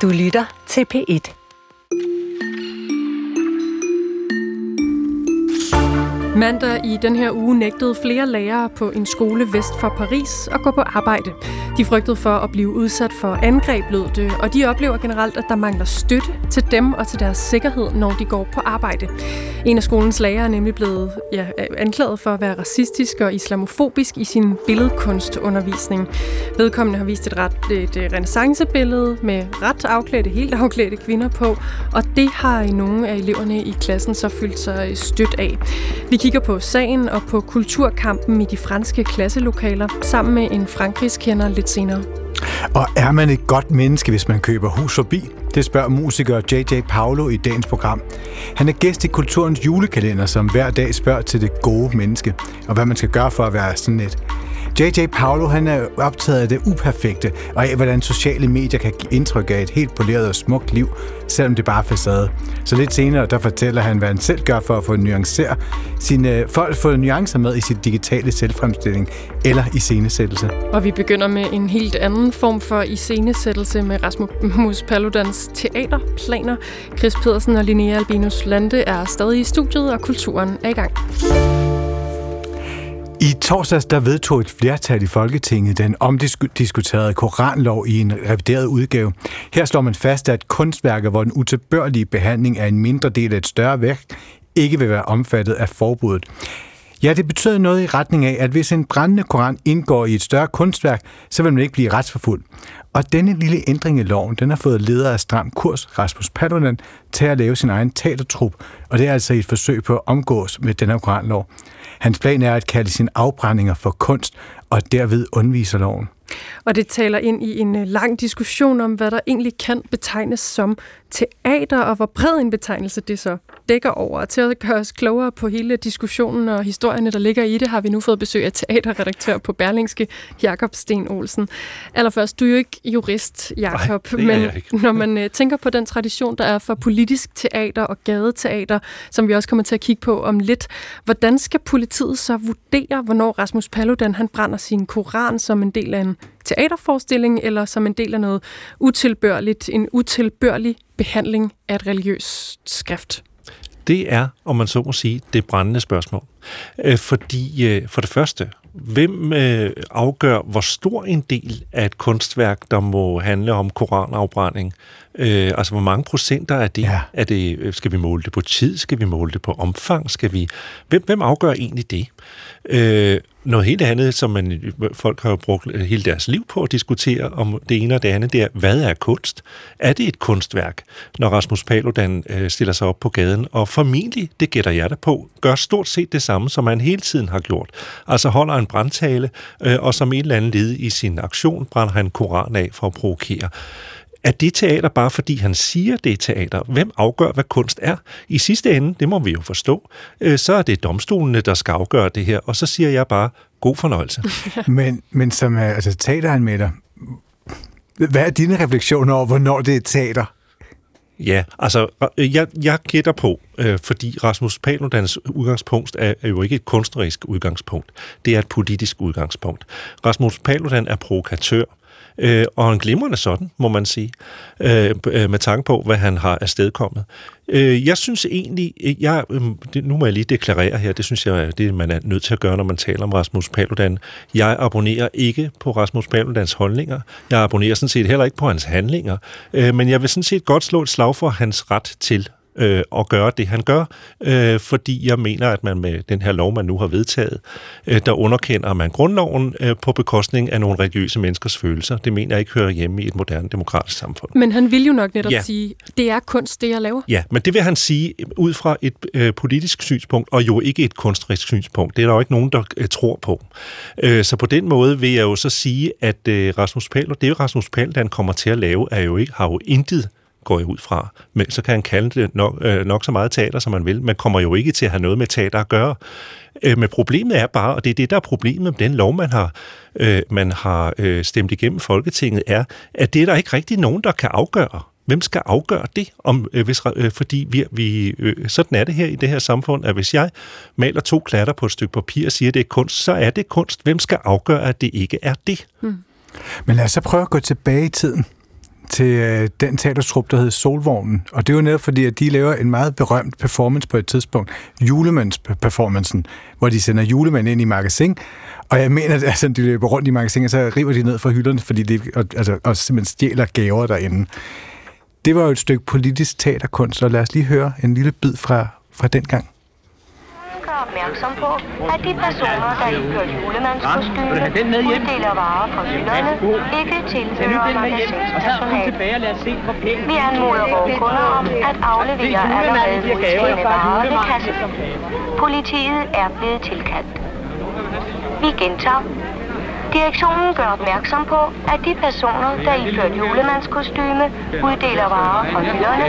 Du lytter til P1. Mandag i den her uge nægtede flere lærere på en skole vest for Paris at gå på arbejde. De frygtede for at blive udsat for angreb, lød det, og de oplever generelt, at der mangler støtte til dem og til deres sikkerhed, når de går på arbejde. En af skolens lærere er nemlig blevet anklaget for at være racistisk og islamofobisk i sin billedkunstundervisning. Vedkommende har vist et renæssancebillede med helt afklædte kvinder på, og det har nogle af eleverne i klassen så følt sig stødt af. Vi kigger på sagen og på kulturkampen i de franske klasselokaler sammen med en Frankrigs-kender lidt senere. Og er man et godt menneske, hvis man køber hus forbi? Det spørger musiker J.J. Paolo i dagens program. Han er gæst i Kulturens julekalender, som hver dag spørger til det gode menneske, og hvad man skal gøre for at være sådan et. J.J. Paolo, han er optaget af det uperfekte, og af hvordan sociale medier kan give indtryk af et helt poleret og smukt liv, selvom det bare er facade. Så lidt senere, der fortæller han, hvad han selv gør for at få få nuancer med i sin digitale selvfremstilling eller iscenesættelse. Og vi begynder med en helt anden form for iscenesættelse med Rasmus Paludans teaterplaner. Chris Pedersen og Linnea Albinus Lande er stadig i studiet, og kulturen er i gang. I torsdags der vedtog et flertal i Folketinget den omdiskuterede koranlov i en revideret udgave. Her slår man fast, at kunstværker, hvor den utilbørlige behandling af en mindre del af et større værk, ikke vil være omfattet af forbuddet. Ja, det betyder noget i retning af, at hvis en brændende koran indgår i et større kunstværk, så vil man ikke blive retsforfulgt. Og denne lille ændring i loven, den har fået leder af Stram Kurs, Rasmus Paludan, til at lave sin egen teatertrup, og det er altså et forsøg på at omgås med denne koranlov. Hans plan er at kalde sine afbrændinger for kunst, og derved undviser loven. Og det taler ind i en lang diskussion om, hvad der egentlig kan betegnes som teater, og hvor bred en betegnelse det så dækker over. Til at gøre os klogere på hele diskussionen og historierne, der ligger i det, har vi nu fået besøg af teaterredaktør på Berlingske, Jakob Sten Olsen. Allerførst, du er jo ikke jurist, Jakob, men når man tænker på den tradition, der er for politisk teater og gadeteater, som vi også kommer til at kigge på om lidt, hvordan skal politiet så vurdere, hvornår Rasmus Paludan han brænder sin koran som en del af en teaterforestilling, eller som en del af noget utilbørligt, en utilbørlig behandling af et religiøst skrift? Det er, om man så må sige, det brændende spørgsmål. Fordi for det første, hvem afgør, hvor stor en del af et kunstværk, der må handle om koranafbrænding? Altså, hvor mange procenter er det? Ja. Er det? Skal vi måle det på tid? Skal vi måle det på omfang? Hvem afgør egentlig det? Noget helt andet, som folk har brugt hele deres liv på at diskutere om det ene og det andet, det er, hvad er kunst? Er det et kunstværk, når Rasmus Paludan stiller sig op på gaden? Og formentlig, det gætter jeg da på, gør stort set det samme, som han hele tiden har gjort. Altså holder en brandtale, og som en eller anden led i sin aktion, brænder han koran af for at provokere. Er det teater bare fordi han siger, det er teater? Hvem afgør, hvad kunst er? I sidste ende, det må vi jo forstå, så er det domstolene, der skal afgøre det her, og så siger jeg bare, god fornøjelse. Men som teateranmelder, hvad er dine refleksioner over, hvornår det er teater? Ja, altså, jeg gætter på, fordi Rasmus Paludans udgangspunkt er jo ikke et kunstnerisk udgangspunkt. Det er et politisk udgangspunkt. Rasmus Paludan er provokatør, og en glimrende sådan, må man sige, med tanke på, hvad han har afstedkommet. Jeg synes egentlig, nu må jeg lige deklarere her, det synes jeg, det man er nødt til at gøre, når man taler om Rasmus Paludan. Jeg abonnerer ikke på Rasmus Paludans holdninger. Jeg abonnerer sådan set heller ikke på hans handlinger. Men jeg vil sådan set godt slå et slag for hans ret til at gøre det, han gør, fordi jeg mener, at man med den her lov, man nu har vedtaget, der underkender man grundloven på bekostning af nogle religiøse menneskers følelser. Det mener jeg ikke hører hjemme i et moderne demokratisk samfund. Men han vil jo nok netop sige, det er kunst, det jeg laver. Ja, men det vil han sige ud fra et politisk synspunkt, og jo ikke et kunstnerisk synspunkt. Det er der jo ikke nogen, der tror på. Så på den måde vil jeg jo så sige, at Rasmus Paludan kommer til at lave, har jo intet, går jeg ud fra. Men så kan han kalde det nok så meget teater, som man vil. Man kommer jo ikke til at have noget med teater at gøre. Men problemet er bare, og det er det, der er problemet med den lov, man har stemt igennem Folketinget, er, at det er der ikke rigtig nogen, der kan afgøre. Hvem skal afgøre det? Fordi sådan er det her i det her samfund, at hvis jeg maler 2 klatter på et stykke papir og siger, at det er kunst, så er det kunst. Hvem skal afgøre, at det ikke er det? Men lad os så prøve at gå tilbage i tiden til den teatertrup, der hed Solvognen. Og det er jo netop fordi, at de laver en meget berømt performance på et tidspunkt, julemandsperformancen, hvor de sender julemænd ind i magasin. Og jeg mener, at altså, de løber rundt i magasin, og så river de ned fra hylderne, fordi de og simpelthen stjæler gaver derinde. Det var jo et stykke politisk teaterkunst, så lad os lige høre en lille bid fra den gang. Opmærksom på, at de personer, der ifører julemandskostyme, uddeler varer fra hylderne, ikke tilhører magasinspersonale. Vi anmoder vores kunder om at aflevere allerede udstående varer ved kassen. Politiet er blevet tilkaldt. Vi gentager. Direktionen gør opmærksom på, at de personer, der ifører julemandskostyme, uddeler varer fra hylderne.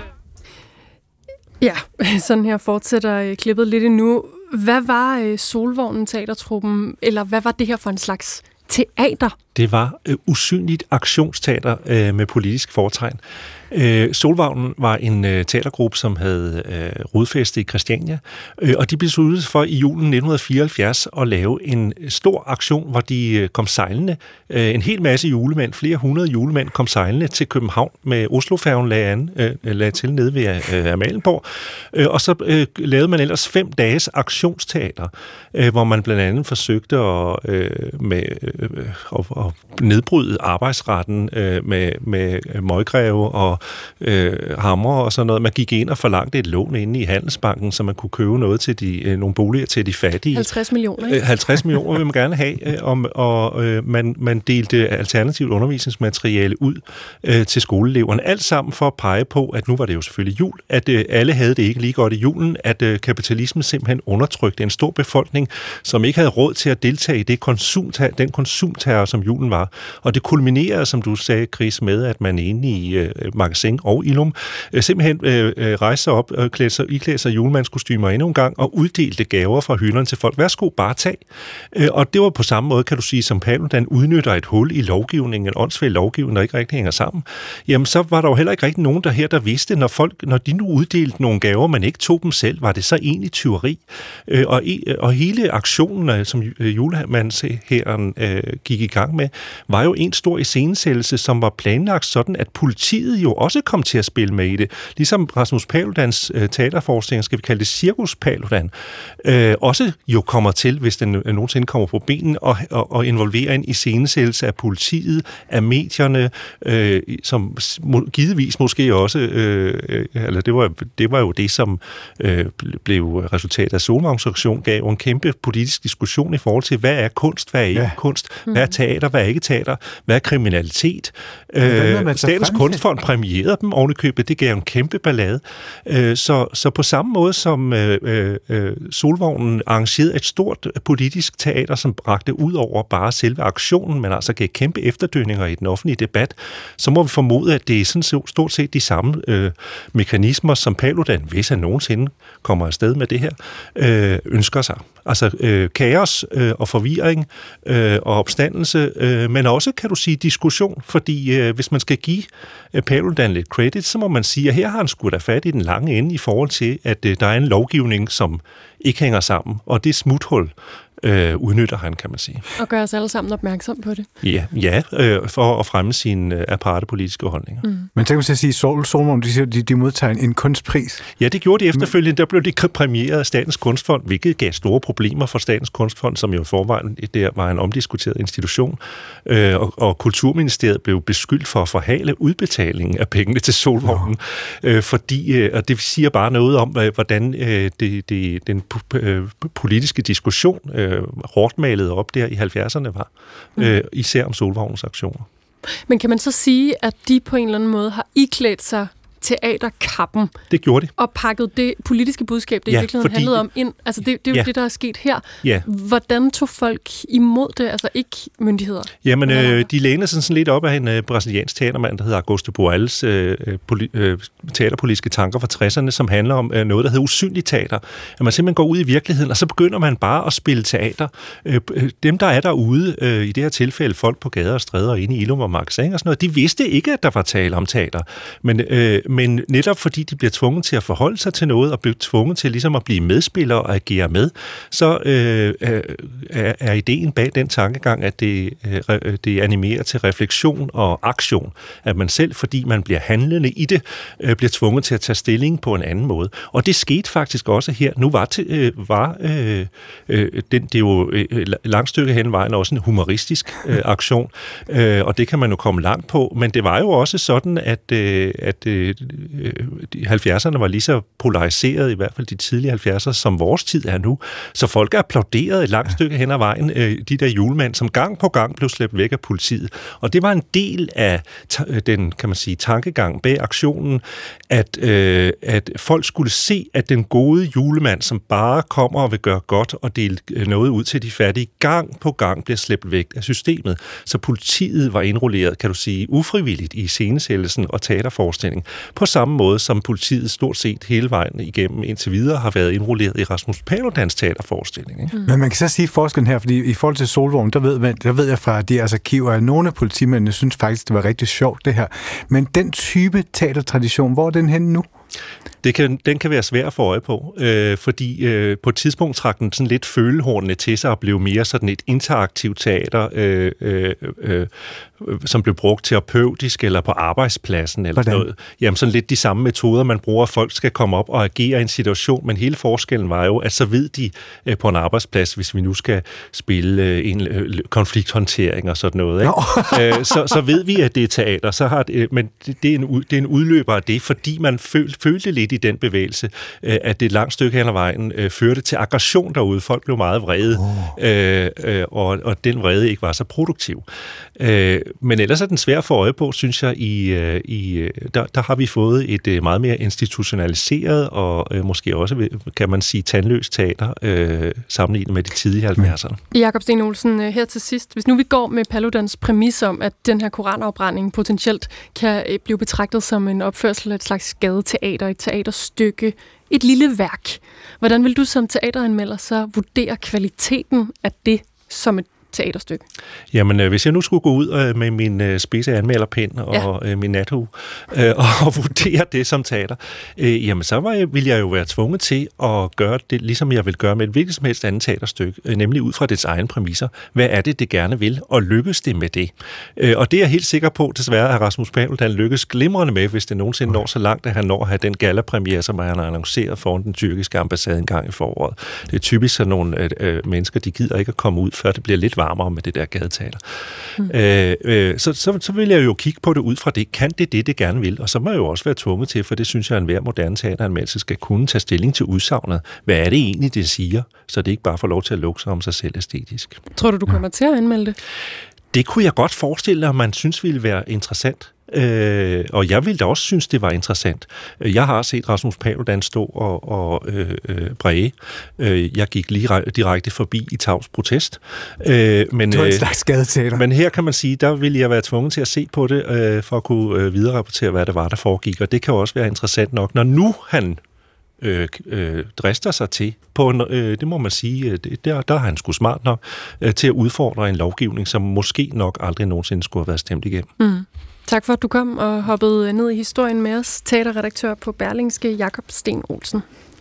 Ja, sådan her fortsætter klippet lidt endnu. Hvad var Solvognen teatertruppen, eller hvad var det her for en slags teater? Det var usynligt aktionsteater med politisk fortegn. Solvognen var en teatergruppe, som havde rodfæstet i Christiania, og de besluttede for i julen 1974 at lave en stor aktion, hvor de kom sejlende. En hel masse julemænd, flere hundrede julemænd kom sejlende til København med Oslofærgen lagde til nede ved Amalienborg. Og så lavede man ellers 5 dages aktionsteater, hvor man blandt andet forsøgte at nedbryde arbejdsretten med møggreve og hammer og sådan noget. Man gik ind og forlangte et lån inde i Handelsbanken, så man kunne købe noget til nogle boliger til de fattige. 50 millioner, ikke? 50 millioner vil man gerne have, og man delte alternativt undervisningsmateriale ud til skoleeleverne. Alt sammen for at pege på, at nu var det jo selvfølgelig jul, at alle havde det ikke lige godt i julen, at kapitalismen simpelthen undertrykte en stor befolkning, som ikke havde råd til at deltage i den konsumterror, som julen var. Og det kulminerede, som du sagde, Chris, med, at man inde i Magasin og Illum simpelthen rejste op og iklædte sig julemandskostymer endnu en gang og uddelte gaver fra hylderne til folk. Værsgo, bare tag. Og det var på samme måde, kan du sige, som Paludan udnytter et hul i lovgivningen, en åndssvag lovgivning, der ikke rigtig hænger sammen. Jamen, så var der jo heller ikke rigtig nogen der vidste, når de nu uddelte nogle gaver, men ikke tog dem selv, var det så egentlig tyveri. Og hele aktionen, som julemandshæren gik i gang med, var jo en stor iscenesættelse, som var planlagt sådan, at politiet jo også kom til at spille med i det. Ligesom Rasmus Paludans teaterforestilling, skal vi kalde det Cirkus Paludan, også jo kommer til, hvis den nogensinde kommer på benen, og involverer en iscenesættelse af politiet, af medierne, som givetvis måske også, eller det var jo det, som blev resultatet af Solvogns aktion, gav en kæmpe politisk diskussion i forhold til, hvad er kunst, hvad er ikke kunst, hvad er teater, hvad er ikke teater, hvad er kriminalitet. Statens Kunstfond præmierede dem ovenikøbet, det gav en kæmpe ballade. Så på samme måde som Solvognen arrangerede et stort politisk teater, som bragte ud over bare selve aktionen, men altså gav kæmpe efterdønninger i den offentlige debat, så må vi formode, at det er sådan stort set de samme mekanismer, som Paludan, hvis han nogensinde kommer afsted med det her, ønsker sig. Altså kaos og forvirring og opstandelse, men også, kan du sige, diskussion, fordi hvis man skal give Paludan lidt credit, så må man sige, at her har han sgu da fat i den lange ende i forhold til, at der er en lovgivning, som ikke hænger sammen, og det smuthul udnytter han, kan man sige. Og gør os alle sammen opmærksom på det. Ja, for at fremme sine aparte politiske holdninger. Men tænk mig at sige, Solvognen, de modtager en kunstpris. Ja, det gjorde de efterfølgende. Der blev de præmieret af Statens Kunstfond, hvilket gav store problemer for Statens Kunstfond, som jo i forvejen der var en omdiskuteret institution. Og Kulturministeriet blev beskyldt for at forhale udbetalingen af pengene til Solvognen, fordi, og det siger bare noget om, hvordan den politiske diskussion hårdt malet op der i 70'erne var, især om Solvognens aktioner. Men kan man så sige, at de på en eller anden måde har iklædt sig teaterkappen? Det gjorde de. Og pakket det politiske budskab, det i virkeligheden handlede om ind. Altså det er jo det, der er sket her. Ja. Hvordan tog folk imod det, altså ikke myndigheder? Jamen, de lænede sådan lidt op af en brasiliansk teatermand, der hedder Augusto Boals teaterpolitiske tanker fra 60'erne, som handler om noget, der hedder usynligt teater. At man simpelthen går ud i virkeligheden, og så begynder man bare at spille teater. Dem, der er derude, i det her tilfælde folk på gader og stræder inde i Illum og Magasin og sådan noget, de vidste ikke, at der var tale om teater. Men men netop fordi de bliver tvunget til at forholde sig til noget, og bliver tvunget til ligesom at blive medspillere og agere med, så er ideen bag den tankegang, at det animerer til refleksion og aktion. At man selv, fordi man bliver handlende i det, bliver tvunget til at tage stilling på en anden måde. Og det skete faktisk også her. Nu det er jo et langt stykke hen vejen også en humoristisk aktion, og det kan man jo komme langt på, men det var jo også sådan, at 70'erne var lige så polariseret, i hvert fald de tidlige 70'er, som vores tid er nu. Så folk er applauderet et langt stykke hen ad vejen, de der julemænd, som gang på gang blev slæbt væk af politiet. Og det var en del af den, kan man sige, tankegang bag aktionen, at folk skulle se, at den gode julemand, som bare kommer og vil gøre godt og dele noget ud til de fattige, gang på gang bliver slæbt væk af systemet. Så politiet var indrulleret, kan du sige, ufrivilligt i scenesættelsen og teaterforestilling, på samme måde som politiet stort set hele vejen igennem indtil videre har været indrulleret i Rasmus Paludans teaterforestilling. Ikke? Men man kan så sige forskellen her, fordi i forhold til Solvogn, der ved jeg fra deres arkiver, at nogle af politimændene synes faktisk, det var rigtig sjovt det her. Men den type teatertradition, hvor er den henne nu? Den kan være svær at få øje på, fordi på et tidspunkt trak den sådan lidt følehornene til sig og blev mere sådan et interaktivt teater, som blev brugt terapeutisk eller på arbejdspladsen eller noget. Jamen sådan lidt de samme metoder, man bruger, at folk skal komme op og agere i en situation, men hele forskellen var jo, at så ved de på en arbejdsplads, hvis vi nu skal spille en konflikthåndtering og sådan noget, ikke? Så ved vi, at det er teater, så har men det er en udløber af det, fordi man følte lidt i den bevægelse, at det et langt stykke hen ad vejen førte til aggression derude. Folk blev meget vrede, og den vrede ikke var så produktiv. Men ellers er den svær at få øje på, synes jeg, der har vi fået et meget mere institutionaliseret og måske også, kan man sige, tandløst teater sammenlignet med de tidlige 70'erne. Jakob Sten Olsen, her til sidst. Hvis nu vi går med Paludans præmis om, at den her koranafbrænding potentielt kan blive betragtet som en opførsel af et slags gadeteater, et teaterstykke, et lille værk. Hvordan vil du som teateranmelder så vurdere kvaliteten af det som et teaterstykke? Jamen, hvis jeg nu skulle gå ud med min spidse anmelderpen og min nathue og vurdere det som teater, jamen så ville jeg jo være tvunget til at gøre det, ligesom jeg vil gøre med et hvilket som helst andet teaterstykke, nemlig ud fra dets egen præmisser. Hvad er det gerne vil, og lykkes det med det? Og det er jeg helt sikker på, desværre, at Rasmus Paludan lykkes glimrende med, hvis det nogensinde når så langt, at han når at have den gallapremiere, som han har annonceret foran den tyrkiske ambassade en gang i foråret. Det er typisk sådan nogle mennesker, de gider ikke at komme ud, før det bliver lidt varmere med det der gadeteater. Så vil jeg jo kigge på det ud fra det. Kan det gerne vil? Og så må jeg jo også være tvunget til, for det synes jeg, at enhver moderne teateranmeldelse skal kunne tage stilling til udsagnet. Hvad er det egentlig, det siger? Så det ikke bare får lov til at lukke sig om sig selv æstetisk. Tror du kommer til at anmelde det? Det kunne jeg godt forestille mig, at man synes ville være interessant. Og jeg ville da også synes, det var interessant. Jeg har set Rasmus Paludan stå og præge. Jeg gik lige direkte forbi i tavs protest. Men, det var en slags gadeteater. Men her kan man sige, der ville jeg være tvunget til at se på det, for at kunne vidererapportere, hvad det var, der foregik. Og det kan jo også være interessant nok, når nu han drister sig til på det må man sige, der er han sgu smart nok til at udfordre en lovgivning, som måske nok aldrig nogensinde skulle have været stemt igennem. Tak for, at du kom og hoppede ned i historien med os. Teaterredaktør på Berlingske, Jakob Sten Olsen.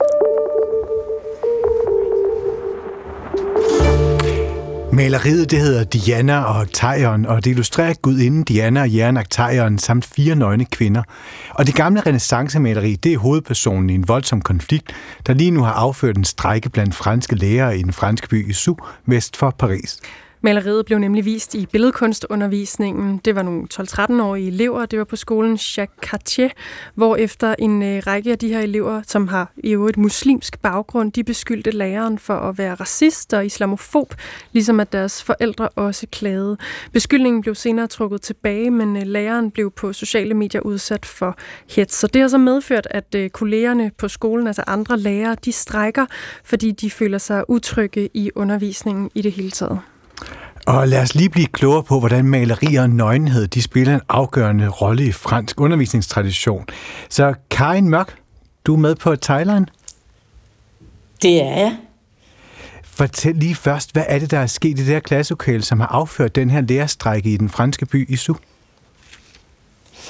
Maleriet, det hedder Diana og Aktaion, og det illustrerer gudinden Diana og jæren Aktaion samt 4 nøgne kvinder. Og det gamle renæssancemaleri, det er hovedpersonen i en voldsom konflikt, der lige nu har afført en strejke blandt franske lærere i den franske by Issou, vest for Paris. Maleriet blev nemlig vist i billedkunstundervisningen. Det var nogle 12-13-årige elever, det var på skolen Jacques Cartier, hvor efter en række af de her elever, som har i øvrigt muslimsk baggrund, de beskyldte læreren for at være racist og islamofob, ligesom at deres forældre også klagede. Beskyldningen blev senere trukket tilbage, men læreren blev på sociale medier udsat for hets. Så det har så medført, at kollegerne på skolen, altså andre lærere, de strejker, fordi de føler sig utrygge i undervisningen i det hele taget. Og lad os lige blive klogere på, hvordan malerier og nøgenhed, de spiller en afgørende rolle i fransk undervisningstradition. Så Karin Mørk, du er med på Thailand? Det er jeg. Fortæl lige først, hvad er det, der er sket i det her klasselokale, som har afført den her lærerstrejke i den franske by Issou?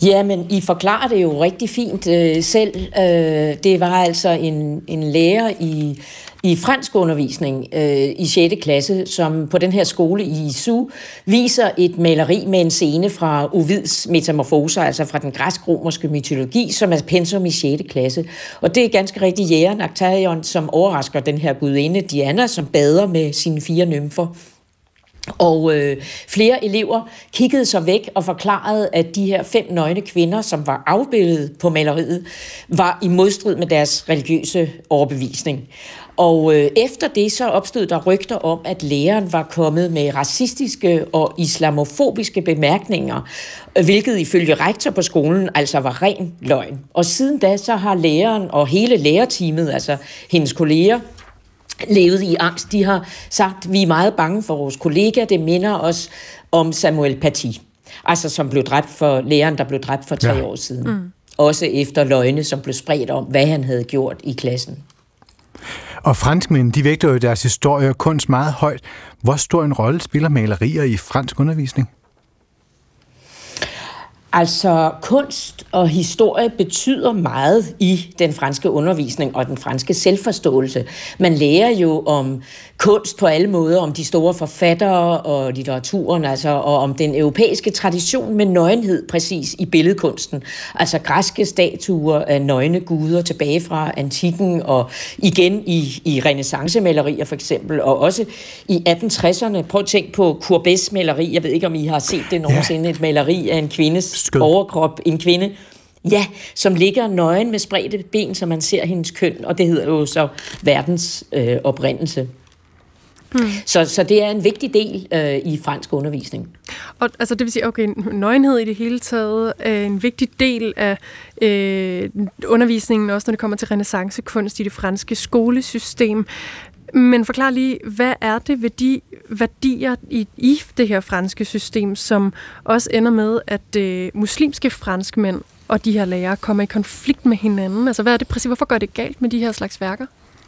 Ja, men I forklarer det jo rigtig fint selv. Det var altså en lærer i fransk undervisning i 6. klasse, som på den her skole i ISU viser et maleri med en scene fra Ovids Metamorfoser, altså fra den græsk-romerske mytologi, som er pensum i 6. klasse. Og det er ganske rigtigt jægeren Aktaion, som overrasker den her gudinde Diana, som bader med sine 4 nymfer. Og flere elever kiggede så væk og forklarede, at de her 5 nøgne kvinder, som var afbildet på maleriet, var i modstrid med deres religiøse overbevisning. Og efter det så opstod der rygter om, at læreren var kommet med racistiske og islamofobiske bemærkninger, hvilket ifølge rektor på skolen altså var ren løgn. Og siden da så har læreren og hele lærerteamet, altså hendes kolleger, levet i angst. De har sagt, at vi er meget bange for vores kollega. Det minder os om Samuel Paty, altså som blev dræbt for læreren, der blev dræbt for 3 år siden. Også efter løgne, som blev spredt om, hvad han havde gjort i klassen. Og franskmænd, de vægter jo deres historie og kunst meget højt. Hvor stor en rolle spiller malerier i fransk undervisning? Altså, kunst og historie betyder meget i den franske undervisning og den franske selvforståelse. Man lærer jo om kunst på alle måder, om de store forfattere og litteraturen, altså, og om den europæiske tradition med nøgenhed præcis i billedkunsten. Altså græske statuer af nøgne guder tilbage fra antikken og igen i renæssancemalerier for eksempel, og også i 1860'erne. Prøv at tænke på Courbets maleri. Jeg ved ikke, om I har set det nogensinde. Et maleri af en kvindes overkrop. En kvinde, ja, som ligger nøgen med spredte ben, så man ser hendes køn, og det hedder jo så verdens oprindelse. Så det er en vigtig del i fransk undervisning. Og altså det vil sige, okay, nøgenhed i det hele taget er en vigtig del af undervisningen, også når det kommer til renæssancekunst i det franske skolesystem. Men forklar lige, hvad er det ved de værdier i det her franske system, som også ender med, at muslimske franskmænd og de her lærere kommer i konflikt med hinanden? Altså hvad er det præcis? Hvorfor går det galt med de her slags værker?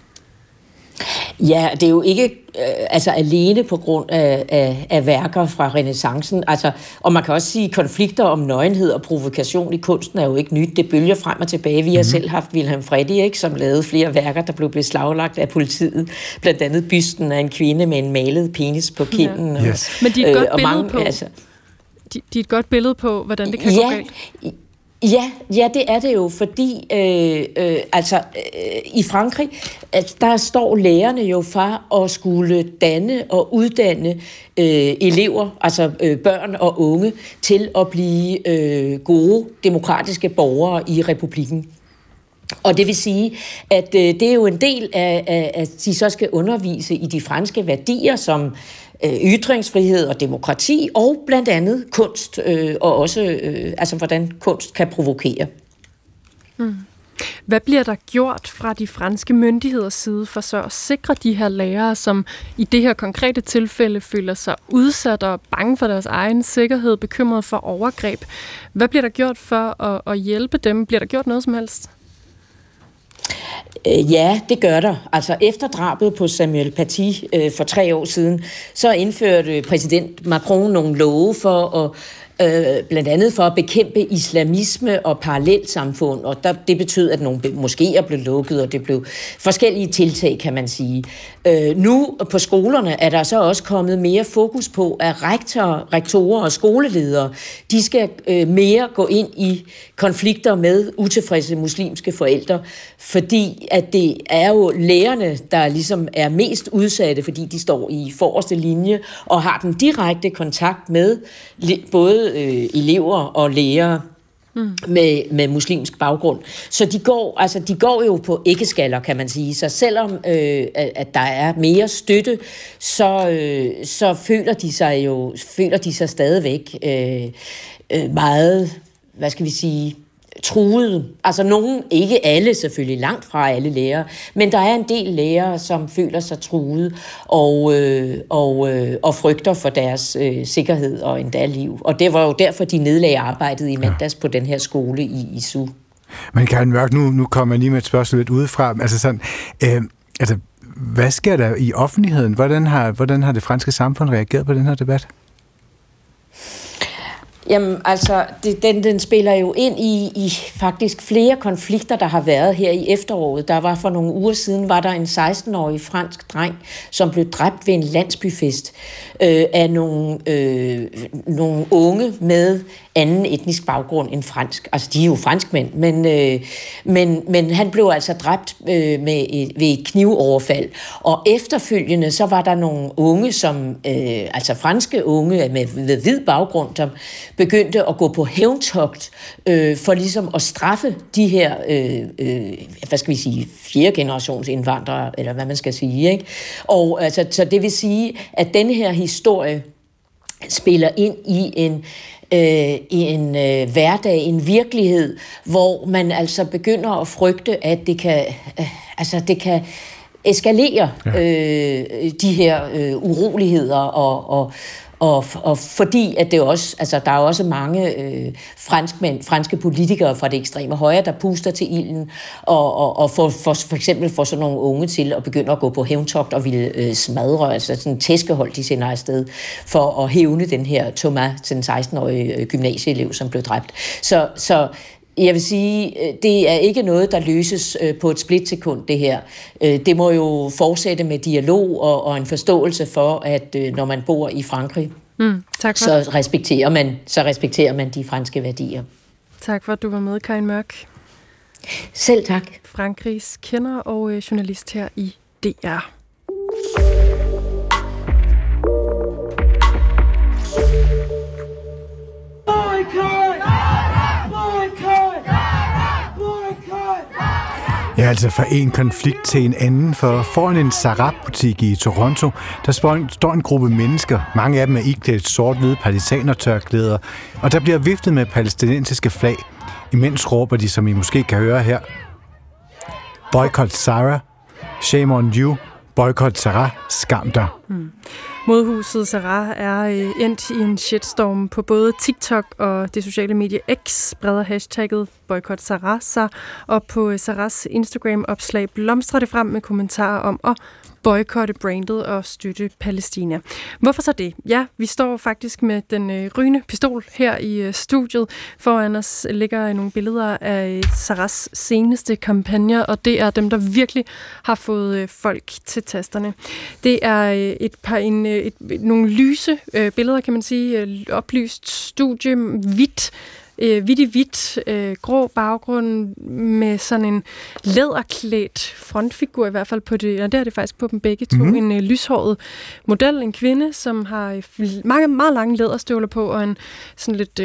Ja, det er jo ikke alene på grund af værker fra renæssancen. Altså, og man kan også sige, at konflikter om nøgenhed og provokation i kunsten er jo ikke nyt. Det bølger frem og tilbage. Vi har selv haft Wilhelm Freddy, ikke, som lavede flere værker, der blev beslaglagt af politiet. Blandt andet bysten af en kvinde med en malet penis på kinden. Ja. Yes. Men de er et godt billede på. Altså, de er et godt billede på, hvordan det kan gå galt. Ja, det er det jo, fordi i Frankrig, der står lærerne jo for at skulle danne og uddanne elever, altså børn og unge, til at blive gode demokratiske borgere i republikken. Og det vil sige, at det er jo en del af, at de så skal undervise i de franske værdier, som ytringsfrihed og demokrati, og blandt andet kunst, og også hvordan kunst kan provokere. Hvad bliver der gjort fra de franske myndigheders side for så at sikre de her lærere, som i det her konkrete tilfælde føler sig udsat og bange for deres egen sikkerhed, bekymret for overgreb? Hvad bliver der gjort for at hjælpe dem? Bliver der gjort noget som helst? Ja, det gør der. Altså efter drabet på Samuel Paty for 3 år siden, så indførte præsident Macron nogle love for at blandt andet for at bekæmpe islamisme og parallelsamfund, og det betød, at nogle moskéer blev lukket, og det blev forskellige tiltag, kan man sige. Nu på skolerne er der så også kommet mere fokus på, at rektorer og skoleledere, de skal mere gå ind i konflikter med utilfredse muslimske forældre, fordi at det er jo lærerne, der ligesom er mest udsatte, fordi de står i forreste linje og har den direkte kontakt med både elever og lærere med muslimsk baggrund. Så de går jo på æggeskaller, kan man sige. Så selvom at der er mere støtte, så føler de sig stadigvæk meget, hvad skal vi sige, truet. Altså nogen, ikke alle selvfølgelig, langt fra alle lærere, men der er en del lærere, som føler sig truet og frygter for deres sikkerhed og endda liv. Og det var jo derfor, de nedlagde arbejdet i mandags på den her skole i ISU. Men Karin Mørk, nu kommer jeg lige med et spørgsmål lidt udefra. Hvad sker der i offentligheden? Hvordan har det franske samfund reageret på den her debat? Jamen, altså, den spiller jo ind i faktisk flere konflikter, der har været her i efteråret. Der var for nogle uger siden, var der en 16-årig fransk dreng, som blev dræbt ved en landsbyfest af nogle unge med anden etnisk baggrund end fransk. Altså, de er jo franskmænd, men han blev altså dræbt ved et knivoverfald. Og efterfølgende, så var der nogle unge, altså franske unge med hvid baggrund, som begyndte at gå på hævntogt for ligesom at straffe de her, hvad skal vi sige, 4. generations indvandrere, eller hvad man skal sige, ikke? Og altså, så det vil sige, at denne her historie spiller ind i en hverdag, en virkelighed, hvor man altså begynder at frygte, at det kan eskalere de her uroligheder og fordi at det også, altså der er også mange franske politikere fra det ekstreme højre, der puster til ilden og for eksempel får sådan nogle unge til at begynde at gå på hævntogt og ville smadre, altså sådan en tæskehold, de sender afsted for at hævne den her Thomas, den 16-årige gymnasieelev, som blev dræbt. Så jeg vil sige, det er ikke noget, der løses på et splitsekund, det her. Det må jo fortsætte med dialog og en forståelse for, at når man bor i Frankrig, så respekterer man de franske værdier. Tak for, at du var med, Karin Mørk. Selv tak. Frankrigs kender og journalist her i DR. Ja, altså fra en konflikt til en anden, for foran en Zara-butik i Toronto, der står en gruppe mennesker. Mange af dem er iklædt sort-hvide partisanertørklæder, og der bliver viftet med palæstinensiske flag. Imens råber de, som I måske kan høre her: Boycott Zara, shame on you, boycott Zara, skam dig. Modhuset Zara er endt i en shitstorm på både TikTok og det sociale medie X, spreder hashtagget Boycott Zara sig, og på Zaras Instagram-opslag blomstrer det frem med kommentarer om at boykotte brandet og støtte Palæstina. Hvorfor så det? Ja, vi står faktisk med den rygende pistol her i studiet. Foran os ligger nogle billeder af Zaras seneste kampagner, og det er dem, der virkelig har fået folk til tasterne. Det er nogle lyse billeder, kan man sige. Oplyst studie, hvidt, grå baggrund med sådan en læderklædt frontfigur, i hvert fald på det, og det er det faktisk på dem begge to. En lyshåret model, en kvinde, som har meget lange læderstøvler på, og en sådan lidt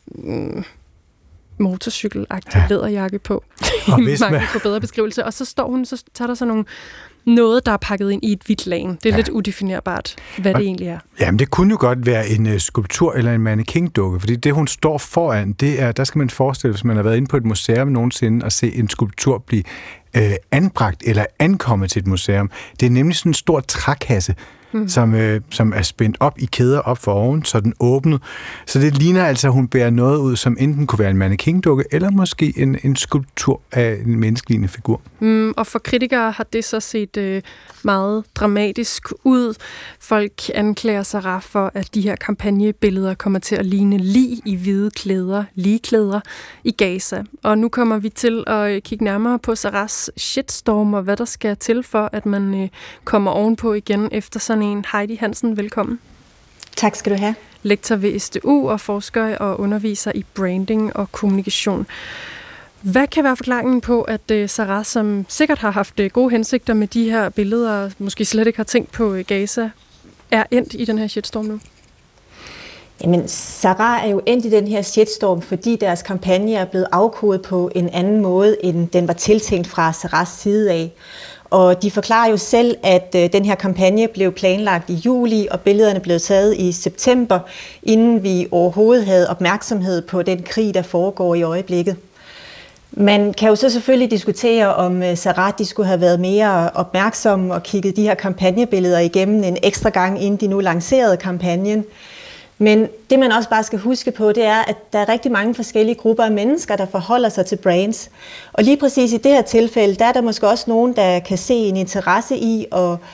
motorcykelagtig læderjakke på. Mange på bedre beskrivelse. Og så står hun, så tager der sådan noget, der er pakket ind i et hvidt lagen. Det er lidt udefinerbart, hvad det egentlig er. Jamen, det kunne jo godt være en skulptur eller en mannequin-dukke, fordi det, hun står foran, det er, der skal man forestille, hvis man har været inde på et museum nogensinde og se en skulptur blive anbragt eller ankommet til et museum. Det er nemlig sådan en stor trækasse, som er spændt op i kæder op for oven, så den åbnet. Så det ligner altså, at hun bærer noget ud, som enten kunne være en mannequin-dukke, eller måske en skulptur af en menneskelignende figur. Og for kritikere har det så set meget dramatisk ud. Folk anklager Zara for, at de her kampagnebilleder kommer til at ligne lig i hvide klæder, ligeklæder i Gaza. Og nu kommer vi til at kigge nærmere på Zaras shitstorm, og hvad der skal til for, at man kommer ovenpå igen efter sådan en. Heidi Hansen, velkommen. Tak skal du have. Lektor ved SDU og forsker og underviser i branding og kommunikation. Hvad kan være forklaringen på, at Zara, som sikkert har haft gode hensigter med de her billeder, måske slet ikke har tænkt på Gaza, er endt i den her shitstorm nu? Jamen, Zara er jo endt i den her shitstorm, fordi deres kampagne er blevet afkodet på en anden måde, end den var tiltænkt fra Zaras side af. Og de forklarer jo selv, at den her kampagne blev planlagt i juli, og billederne blev taget i september, inden vi overhovedet havde opmærksomhed på den krig, der foregår i øjeblikket. Man kan jo så selvfølgelig diskutere, om Zara de skulle have været mere opmærksomme og kigget de her kampagnebilleder igennem en ekstra gang, inden de nu lancerede kampagnen. Men det, man også bare skal huske på, det er, at der er rigtig mange forskellige grupper af mennesker, der forholder sig til brands. Og lige præcis i det her tilfælde, der er der måske også nogen, der kan se en interesse i at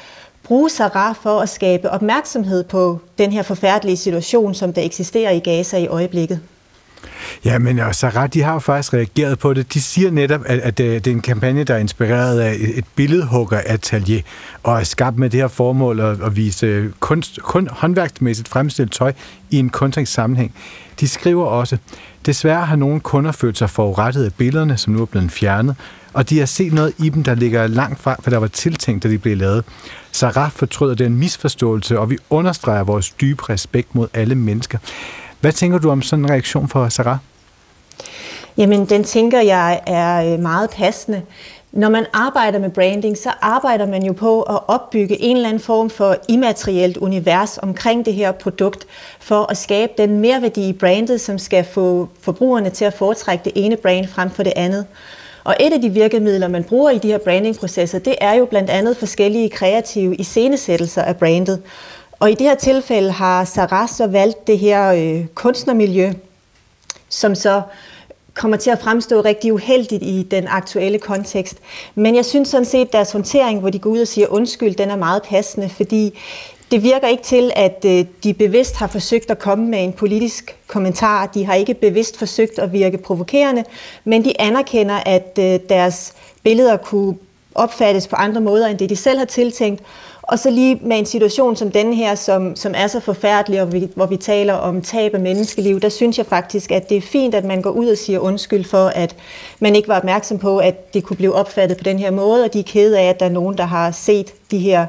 bruge Sarah for at skabe opmærksomhed på den her forfærdelige situation, som der eksisterer i Gaza i øjeblikket. Ja, men Sarah, de har jo faktisk reageret på det. De siger netop, at det er en kampagne, der er inspireret af et billedhuggeratelier, og er skabt med det her formål at vise håndværksmæssigt fremstillet tøj i en kunstnerisk sammenhæng. De skriver også, desværre har nogle kunder følt sig forurettet af billederne, som nu er blevet fjernet, og de har set noget i dem, der ligger langt fra, hvad der var tiltænkt, da de blev lavet. Sarah fortryder den misforståelse, og vi understreger vores dybe respekt mod alle mennesker. Hvad tænker du om sådan en reaktion fra Sarah? Jamen, den tænker jeg er meget passende. Når man arbejder med branding, så arbejder man jo på at opbygge en eller anden form for immaterielt univers omkring det her produkt, for at skabe den merværdi i brandet, som skal få forbrugerne til at foretrække det ene brand frem for det andet. Og et af de virkemidler, man bruger i de her brandingprocesser, det er jo blandt andet forskellige kreative iscenesættelser af brandet. Og i det her tilfælde har Sarah så valgt det her kunstnermiljø, som så kommer til at fremstå rigtig uheldigt i den aktuelle kontekst. Men jeg synes sådan set, at deres håndtering, hvor de går ud og siger undskyld, den er meget passende, fordi det virker ikke til, at de bevidst har forsøgt at komme med en politisk kommentar. De har ikke bevidst forsøgt at virke provokerende, men de anerkender, at deres billeder kunne opfattes på andre måder, end det de selv har tiltænkt. Og så lige med en situation som denne her, som er så forfærdelig, og hvor vi taler om tab af menneskeliv, der synes jeg faktisk, at det er fint, at man går ud og siger undskyld for, at man ikke var opmærksom på, at det kunne blive opfattet på den her måde, og de er kede af, at der er nogen, der har set de her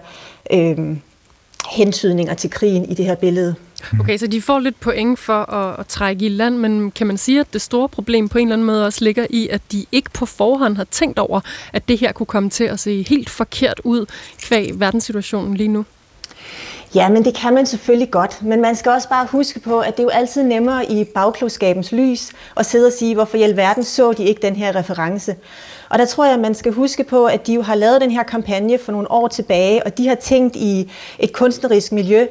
hentydninger til krigen i det her billede. Okay, så de får lidt point for at trække i land, men kan man sige, at det store problem på en eller anden måde også ligger i, at de ikke på forhånd har tænkt over, at det her kunne komme til at se helt forkert ud kvæg verdenssituationen lige nu? Ja, men det kan man selvfølgelig godt, men man skal også bare huske på, at det er jo altid nemmere i bagklogskabens lys at sidde og sige, hvorfor i alverden så de ikke den her reference. Og der tror jeg, at man skal huske på, at de jo har lavet den her kampagne for nogle år tilbage, og de har tænkt i et kunstnerisk miljø,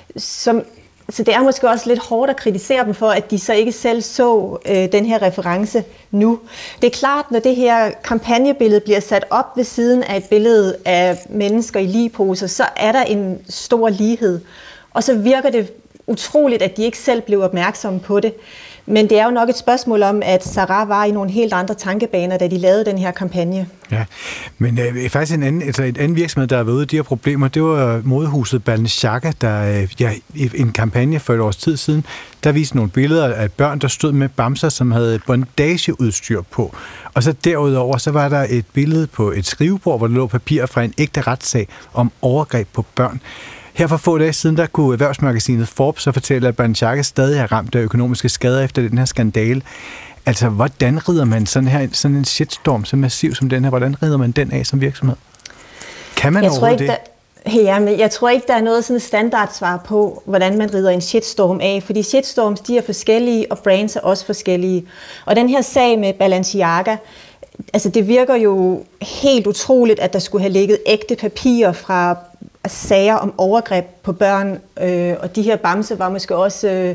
så det er måske også lidt hårdt at kritisere dem for, at de så ikke selv så den her reference nu. Det er klart, når det her kampagnebillede bliver sat op ved siden af et billede af mennesker i ligposer, så er der en stor lighed. Og så virker det utroligt, at de ikke selv blev opmærksomme på det. Men det er jo nok et spørgsmål om, at Sarah var i nogle helt andre tankebaner, da de lavede den her kampagne. Ja, men faktisk en anden virksomhed, der har været ude i de her problemer, det var modehuset Balenciaga, der i en kampagne for et års tid siden, der viste nogle billeder af børn, der stod med bamser, som havde bondageudstyr på. Og så derudover, så var der et billede på et skrivebord, hvor der lå papir fra en ægte retssag om overgreb på børn. Her for få dage siden, der kunne erhvervsmagasinet Forbes så fortælle, at Balenciaga stadig er ramt af økonomiske skader efter den her skandale. Altså, hvordan rider man sådan en shitstorm så massiv som den her? Hvordan rider man den af som virksomhed? Kan man overhovedet det? Men jeg tror ikke, der er noget sådan standardsvar på, hvordan man rider en shitstorm af, fordi shitstorms, de er forskellige, og brands er også forskellige. Og den her sag med Balenciaga, altså det virker jo helt utroligt, at der skulle have ligget ægte papirer fra sager om overgreb på børn, og de her bamser var måske også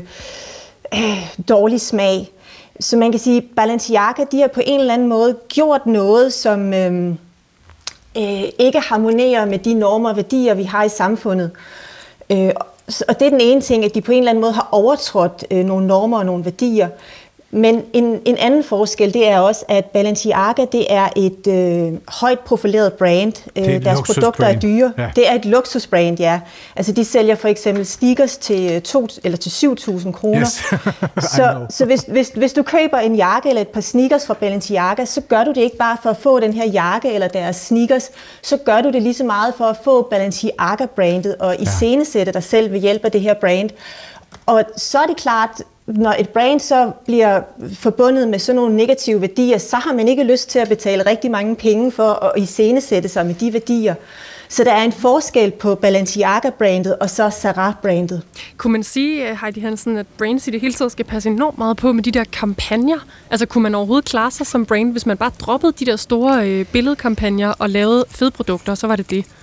dårlig smag. Så man kan sige, at Balenciaga, de har på en eller anden måde gjort noget, som ikke harmonerer med de normer og værdier, vi har i samfundet. Og det er den ene ting, at de på en eller anden måde har overtrådt nogle normer og nogle værdier. Men en anden forskel, det er også, at Balenciaga, det er et højt profileret brand. Deres produkter er dyre. Ja. Det er et luksusbrand, ja. Altså, de sælger for eksempel sneakers til 7.000 kroner. Yes. så hvis du køber en jakke eller et par sneakers fra Balenciaga, så gør du det ikke bare for at få den her jakke eller deres sneakers. Så gør du det lige så meget for at få Balenciaga-brandet og iscenesætte dig selv ved hjælp af det her brand. Og så er det klart, når et brand så bliver forbundet med sådan nogle negative værdier, så har man ikke lyst til at betale rigtig mange penge for at iscenesætte sig med de værdier. Så der er en forskel på Balenciaga-brandet og så Sarah-brandet. Kunne man sige, Heidi Hansen, at brands i det hele taget skal passe enormt meget på med de der kampagner? Altså kunne man overhovedet klare sig som brand, hvis man bare droppede de der store billedkampagner og lavede fede produkter, så var det det?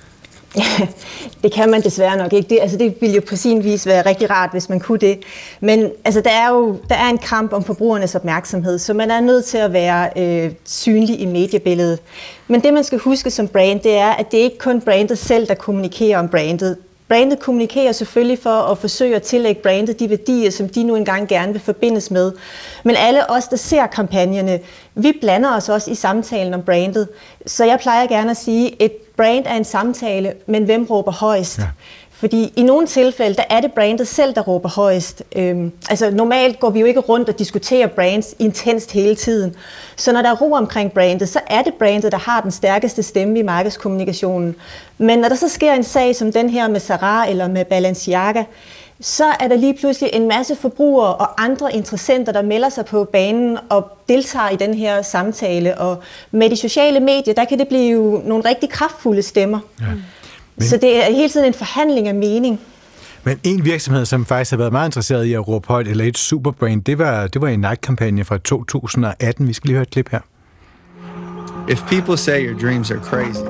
Det kan man desværre nok ikke. Det ville jo på sin vis være rigtig rart, hvis man kunne det. Men altså, der er en kamp om forbrugernes opmærksomhed, så man er nødt til at være synlig i mediebilledet. Men det, man skal huske som brand, det er, at det ikke kun brandet selv, der kommunikerer om brandet. Brandet kommunikerer selvfølgelig for at forsøge at tillægge brandet de værdier, som de nu engang gerne vil forbindes med. Men alle os, der ser kampagnerne, vi blander os også i samtalen om brandet. Så jeg plejer gerne at sige, at et brand er en samtale, men hvem råber højst? Ja. Fordi i nogle tilfælde, der er det brandet selv, der råber højst. Normalt går vi jo ikke rundt og diskuterer brands intenst hele tiden. Så når der er ro omkring brandet, så er det brandet, der har den stærkeste stemme i markedskommunikationen. Men når der så sker en sag som den her med Zara eller med Balenciaga, så er der lige pludselig en masse forbrugere og andre interessenter, der melder sig på banen og deltager i den her samtale. Og med de sociale medier, der kan det blive nogle rigtig kraftfulde stemmer. Ja. Så det er hele tiden en forhandling af mening. Men en virksomhed, som faktisk har været meget interesseret i at råbe højt, eller et superbrand, det var en Nike-kampagne fra 2018. Vi skal lige høre et klip her. If people say your dreams are crazy,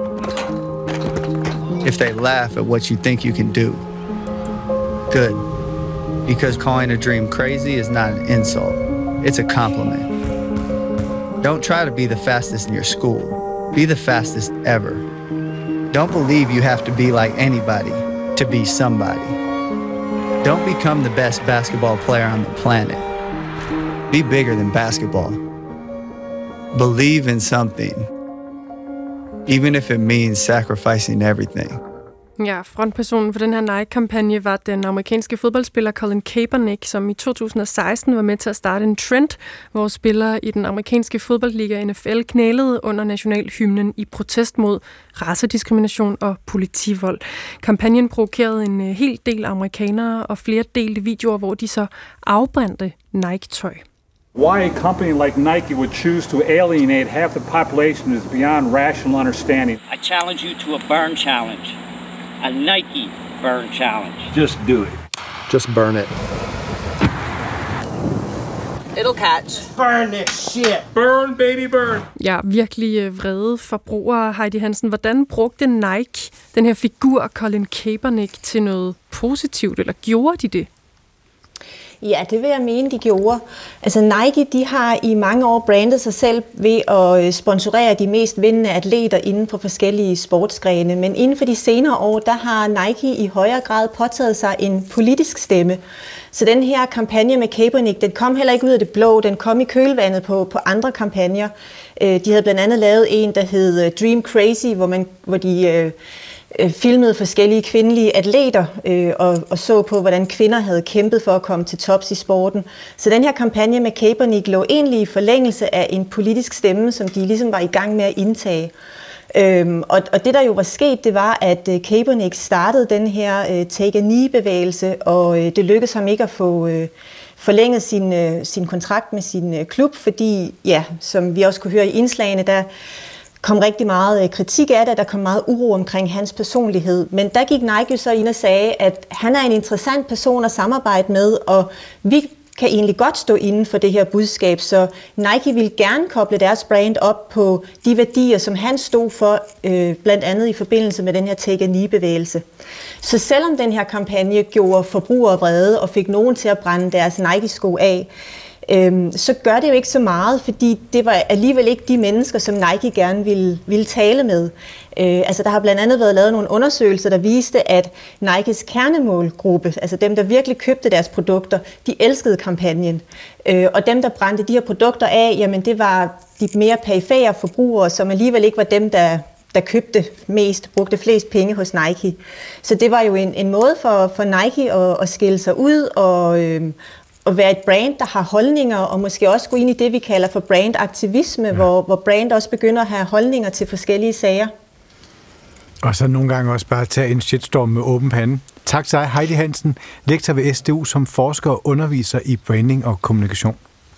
if they laugh at what you think you can do, good. Because calling a dream crazy is not an insult. It's a compliment. Don't try to be the fastest in your school. Be the fastest ever. Don't believe you have to be like anybody to be somebody. Don't become the best basketball player on the planet. Be bigger than basketball. Believe in something, even if it means sacrificing everything. Ja, frontpersonen for den her Nike-kampagne var den amerikanske fodboldspiller Colin Kaepernick, som i 2016 var med til at starte en trend, hvor spillere i den amerikanske fodboldliga NFL knælede under nationalhymnen i protest mod racediskrimination og politivold. Kampagnen provokerede en hel del amerikanere, og flere delte videoer, hvor de så afbrændte Nike-tøj. Why a company like Nike would choose to alienate half the population is beyond rational understanding. I challenge you to a burn challenge. A Nike burn challenge. Just do it. Just burn it. It'll catch. Burn this shit. Burn, baby, burn. Ja, virkelig vrede forbrugere. Heidi Hansen, hvordan brugte Nike den her figur, Colin Kaepernick, til noget positivt, eller gjorde de det? Ja, det vil jeg mene, de gjorde. Altså Nike, de har i mange år brandet sig selv ved at sponsorere de mest vindende atleter inden for forskellige sportsgrene. Men inden for de senere år, der har Nike i højere grad påtaget sig en politisk stemme. Så den her kampagne med Kaepernick, den kom heller ikke ud af det blå, den kom i kølvandet på andre kampagner. De havde blandt andet lavet en, der hed Dream Crazy, hvor de filmede forskellige kvindelige atleter og så på, hvordan kvinder havde kæmpet for at komme til tops i sporten. Så den her kampagne med Kaepernick lå egentlig i forlængelse af en politisk stemme, som de ligesom var i gang med at indtage. Og det, der jo var sket, det var, at Kaepernick startede den her Take a Knee-bevægelse, og det lykkedes ham ikke at få forlænget sin kontrakt med sin klub, fordi, ja, som vi også kunne høre i indslagene, der kom rigtig meget kritik af det, der kom meget uro omkring hans personlighed. Men der gik Nike så ind og sagde, at han er en interessant person at samarbejde med, og vi kan egentlig godt stå inden for det her budskab, så Nike ville gerne koble deres brand op på de værdier, som han stod for, blandt andet i forbindelse med den her Take a Knee-bevægelse. Så selvom den her kampagne gjorde forbrugere vrede og fik nogen til at brænde deres Nike-sko af, så gør det jo ikke så meget, fordi det var alligevel ikke de mennesker, som Nike gerne ville tale med. Der har blandt andet været lavet nogle undersøgelser, der viste, at Nikes kernemålgruppe, altså dem, der virkelig købte deres produkter, de elskede kampagnen. Og dem, der brændte de her produkter af, jamen det var de mere perifære forbrugere, som alligevel ikke var dem, der købte mest, brugte flest penge hos Nike. Så det var jo en måde for Nike at skille sig ud og være et brand, der har holdninger, og måske også gå ind i det, vi kalder for brandaktivisme, hvor brand også begynder at have holdninger til forskellige sager. Og så nogle gange også bare tage en shitstorm med åben pande. Tak til dig, Heidi Hansen, lektor ved SDU, som forsker og underviser i branding og kommunikation.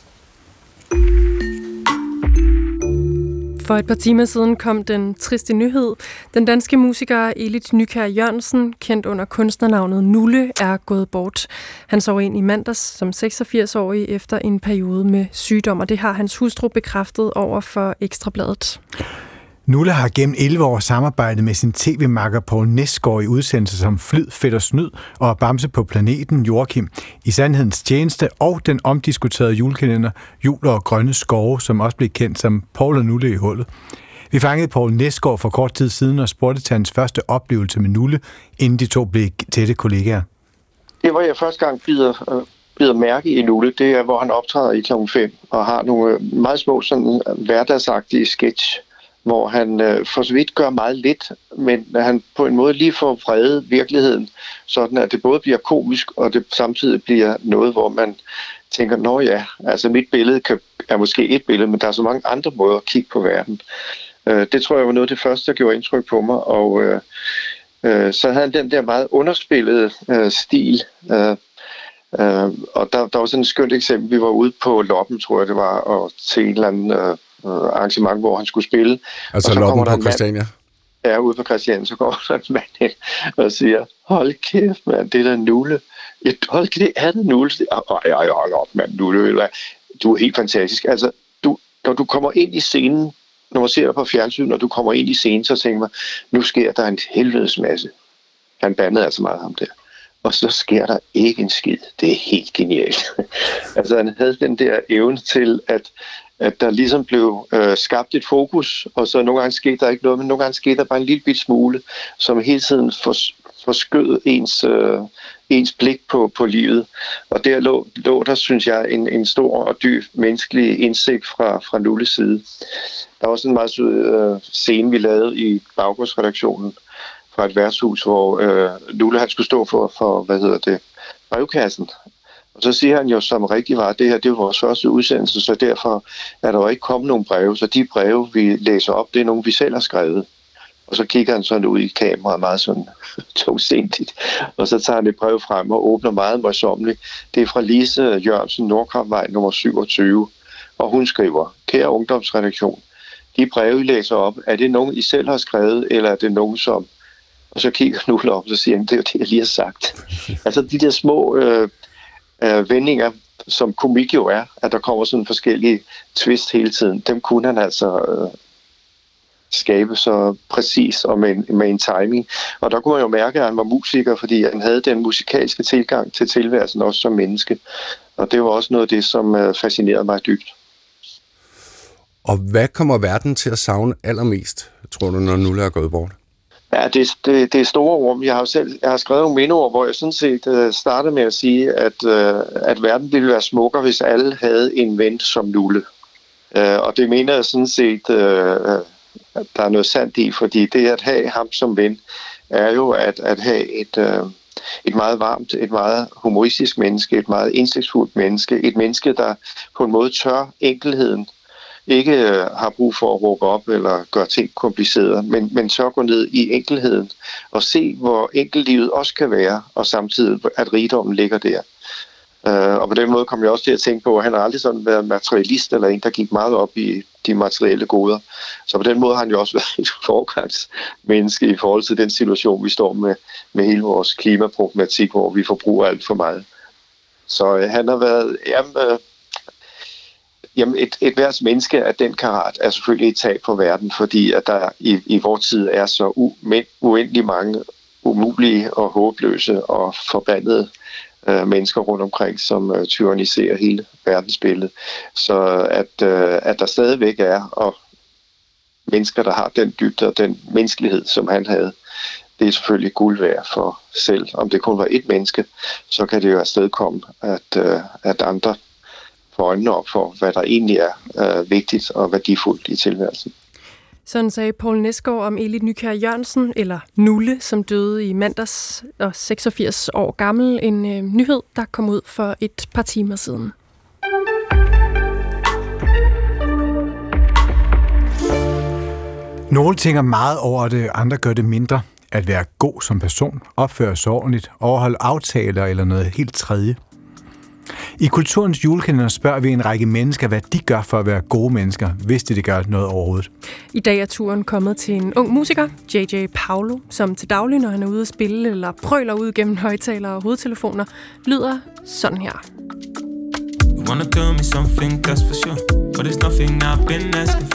For et par timer siden kom den triste nyhed. Den danske musiker Elit Nykjær Jørgensen, kendt under kunstnernavnet Nulle, er gået bort. Han sov ind i mandags som 86-årig efter en periode med sygdom, og det har hans hustru bekræftet over for Ekstra Bladet. Nulle har gennem 11 år samarbejdet med sin tv-makker Poul Nesgaard i udsendelser som Flyd, Fedt og Snyd og Bamse på planeten, Joachim, i Sandhedens Tjeneste og den omdiskuterede julekalender Jul og Grønne Skove, som også blev kendt som Poul og Nulle i hullet. Vi fangede Poul Nesgaard for kort tid siden og spurgte til hans første oplevelse med Nulle, inden de to blev tætte kollegaer. Det var jeg første gang bider mærke i Nulle, det er, hvor han optræder i klokken 5 og har nogle meget små sådan hverdagsagtige sketch, hvor han for så vidt gør meget lidt, men han på en måde lige får vredet virkeligheden, sådan at det både bliver komisk, og det samtidig bliver noget, hvor man tænker, nå ja, altså mit billede er måske et billede, men der er så mange andre måder at kigge på verden. Det tror jeg var noget af det første, der gjorde indtryk på mig, og så havde han den der meget underspillede stil, og der var sådan et skønt eksempel. Vi var ude på Loppen, tror jeg det var, og til en eller anden arrangement, hvor han skulle spille. Altså Loppen på Christiania? Ja, ude på Christiania, så går der en mand ind og siger, hold kæft, mand, det er da Nulle. Hold kæft, det er det Nulle. Hold op, mand, Nulle. Du er helt fantastisk. Altså, når du kommer ind i scenen, når man ser dig på fjernsyn, når du kommer ind i scenen, så tænker man, nu sker der en helvedes masse. Han bandede altså meget ham der. Og så sker der ikke en skid. Det er helt genialt. Altså han havde den der evne til, at der ligesom blev skabt et fokus, og så nogle gange skete der ikke noget, men nogle gange skete der bare en lille bit smule, som hele tiden forskød ens blik på livet. Og der lå der, synes jeg, en stor og dyb menneskelig indsigt fra Nulles side. Der var også en meget sød scene, vi lavede i baggårdsredaktionen fra et værtshus, hvor Nulle han skulle stå for brevkassen. Og så siger han jo, som rigtig var, det her det er vores første udsendelse, så derfor er der jo ikke kommet nogen breve. Så de breve, vi læser op, det er nogle, vi selv har skrevet. Og så kigger han sådan ud i kameraet meget sådan tungsindigt. Og så tager han et brev frem og åbner meget møjsommeligt. Det er fra Lise Jørgensen, Nordkampvej nummer 27. Og hun skriver, kære ungdomsredaktion, de breve, I læser op, er det nogen, I selv har skrevet, eller er det nogen, som... Og så kigger Nulle op, og så siger han, det er jo det, jeg lige har sagt. Altså de der små vendinger, som komik jo er, at der kommer sådan forskellige twist hele tiden, dem kunne han altså skabe så præcis og med en timing. Og der kunne man jo mærke, at han var musiker, fordi han havde den musikalske tilgang til tilværelsen også som menneske. Og det var også noget af det, som fascinerede mig dybt. Og hvad kommer verden til at savne allermest, tror du, når Nulle er gået bort? Ja, det er store ord. Jeg har skrevet nogle mindeord, hvor jeg sådan set startede med at sige, at verden ville være smukkere, hvis alle havde en ven som Nulle. Og det mener jeg sådan set, at der er noget sandt i, fordi det at have ham som ven, er jo at have et meget varmt, et meget humoristisk menneske, et meget indsigtsfuldt menneske, et menneske, der på en måde tør enkelheden, ikke har brug for at råbe op eller gøre ting komplicerede, men tør gå ned i enkelheden og se, hvor enkelt livet også kan være, og samtidig, at rigdommen ligger der. Og på den måde kom jeg også til at tænke på, at han har aldrig sådan været materialist eller en, der gik meget op i de materielle goder. Så på den måde har han jo også været et foregangsmenneske i forhold til den situation, vi står med hele vores klimaproblematik, hvor vi forbruger alt for meget. Så han har været... Jamen et hvert menneske af den karat er selvfølgelig et tab på verden, fordi at der i vores tid er så uendelig mange umulige og håbløse og forbandede mennesker rundt omkring, som tyranniserer hele verdensbilledet. Så at der stadigvæk er og mennesker, der har den dybde og den menneskelighed, som han havde, det er selvfølgelig guld værd for selv. Om det kun var et menneske, så kan det jo afstedkomme, at andre får øjnene op for, hvad der egentlig er vigtigt og værdifuldt i tilværelsen. Sådan sagde Poul Nesgaard om Eli Nykjær Jørgensen, eller Nulle, som døde i mandags og 86 år gammel. En nyhed, der kom ud for et par timer siden. Nogle tænker meget over det, andre gør det mindre. At være god som person, opføre sig ordentligt, overholde aftaler eller noget helt tredje. I Kulturens julekalender spørger vi en række mennesker, hvad de gør for at være gode mennesker, hvis de gør noget overhovedet. I dag er turen kommet til en ung musiker, JJ Paulo, som til daglig, når han er ude at spille eller prøler ud gennem højtalere og hovedtelefoner, lyder sådan her. You wanna tell me something, that's for sure. But it's nothing I've been asking for. You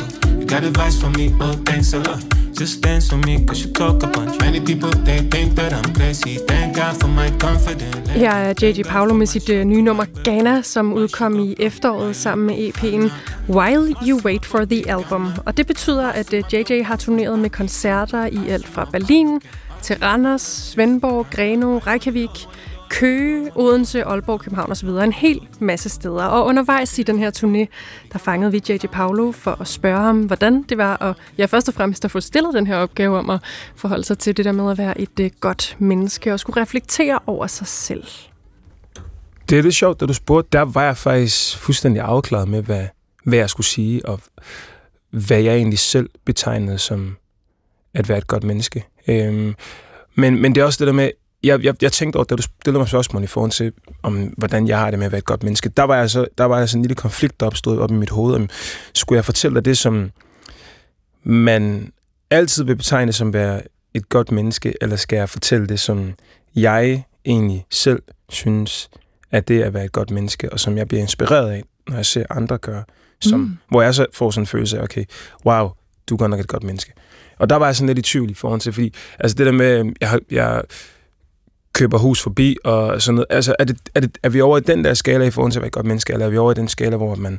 got advice for me, oh thanks a lot. Just dance with me, cause you talk a bunch. Many people, they think that I'm crazy. Thank God for my confidence. Her er J.J. Paolo med sit nye nummer Ghana, som udkom i efteråret sammen med EP'en While You Wait for the Album. Og det betyder, at J.J. har turneret med koncerter i alt fra Berlin til Randers, Svendborg, Grenå, Reykjavik, Køge, Odense, Aalborg, København osv. En hel masse steder. Og undervejs i den her turné, der fangede vi J.J. Paolo for at spørge ham, hvordan det var. Og først og fremmest at få stillet den her opgave om at forholde sig til det der med at være et godt menneske og skulle reflektere over sig selv. Det er lidt sjovt, da du spurgte. Der var jeg faktisk fuldstændig afklaret med, hvad jeg skulle sige, og hvad jeg egentlig selv betegnede som at være et godt menneske. Men det er også det der med, jeg tænkte over, da du stillede mig spørgsmål i forhold til, om hvordan jeg har det med at være et godt menneske, der var altså en lille konflikt, der opstod op i mit hoved. Om, skulle jeg fortælle dig det, som man altid vil betegne som at være et godt menneske, eller skal jeg fortælle det, som jeg egentlig selv synes, at det er at være et godt menneske, og som jeg bliver inspireret af, når jeg ser andre gøre, hvor jeg så får sådan en følelse af, okay, wow, du er godt nok et godt menneske. Og der var jeg sådan lidt i tvivl i forhold til, fordi altså det der med, jeg køber hus forbi og sådan noget. Altså, er vi over i den der skala i forhold til at være et godt menneske, eller er vi over i den skala, hvor man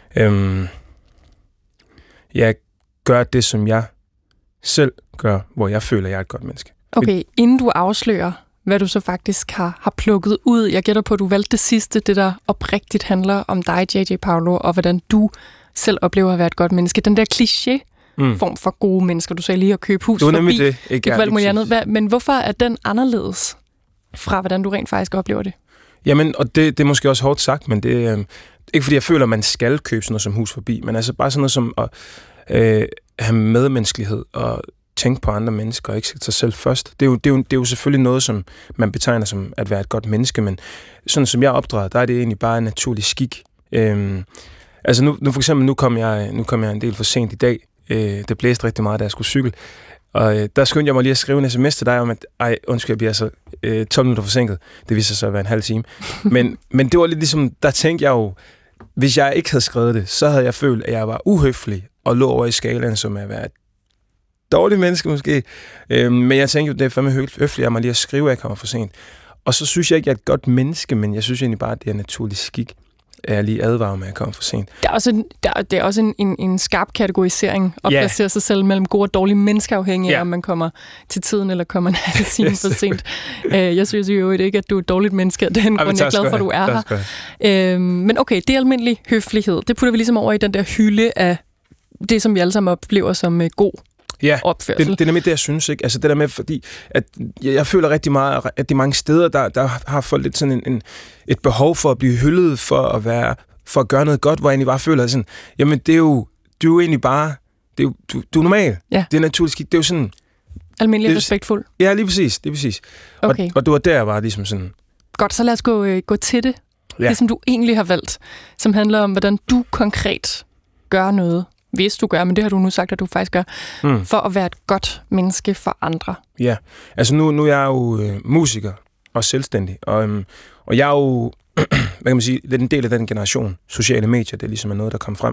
gør det, som jeg selv gør, hvor jeg føler, at jeg er et godt menneske. Okay, inden du afslører, hvad du så faktisk har plukket ud, jeg gætter på, at du valgte det sidste, det der oprigtigt handler om dig, J.J. Paolo, og hvordan du selv oplever at være et godt menneske. Den der kliché form for gode mennesker, du sagde lige at købe hus forbi. Det var nemlig det. Ikke andet. Men hvorfor er den anderledes fra, hvordan du rent faktisk oplever det? Jamen, og det er måske også hårdt sagt, men det er ikke fordi, jeg føler, at man skal købe sådan noget som hus forbi, men altså bare sådan noget som at have medmenneskelighed og tænke på andre mennesker og ikke sætte sig selv først. Det er jo selvfølgelig noget, som man betegner som at være et godt menneske, men sådan som jeg opdrager, der er det egentlig bare en naturlig skik. Altså nu for eksempel, nu kom jeg en del for sent i dag. Det blæste rigtig meget, da jeg skulle cykle. Og der skyndte jeg mig lige at skrive en sms til dig om, at undskyld, jeg bliver så 12 minutter forsinket. Det viser sig at være en halv time. Men det var lidt ligesom, der tænkte jeg jo, hvis jeg ikke havde skrevet det, så havde jeg følt, at jeg var uhøflig og lå over i skalaen, som at være et dårligt menneske måske. Men jeg tænkte jo, det er fandme høfligt af mig lige at skrive, at jeg kommer for sent. Og så synes jeg ikke, at jeg er et godt menneske, men jeg synes egentlig bare, at det er naturlig skik. Jeg lige advarer med at komme for sent. Det er også en skarp kategorisering at placere sig selv mellem gode og dårlige mennesker, afhængig af, om man kommer til tiden eller kommer en halv time for sent. Jeg synes jo ikke, at du er et dårligt menneske, af den grund jeg er glad for, at du er her. Men okay, det er almindelig høflighed. Det putter vi ligesom over i den der hylde af det, som vi alle sammen oplever som god opførsel. Det er nemlig det, jeg synes, ikke? Altså det der med, fordi at jeg føler rigtig meget, at de mange steder, der har folk lidt sådan et behov for at blive hyldet, for at gøre noget godt, hvor jeg egentlig bare føler sådan, jamen det er jo egentlig bare, det er jo, du er normal. Ja. Det er naturligt skidt. Det er jo sådan almindelig respektfuld. Ja, lige præcis. Okay. Og det var der, jeg var ligesom sådan. Godt, så lad os gå til det. Ja. Det, som du egentlig har valgt, som handler om, hvordan du konkret gør noget, hvis du gør, men det har du nu sagt, at du faktisk gør, for at være et godt menneske for andre. Ja, altså nu er jeg jo musiker og selvstændig, og jeg er jo, hvad kan man sige, lidt en del af den generation. Sociale medier, det er ligesom noget, der kom frem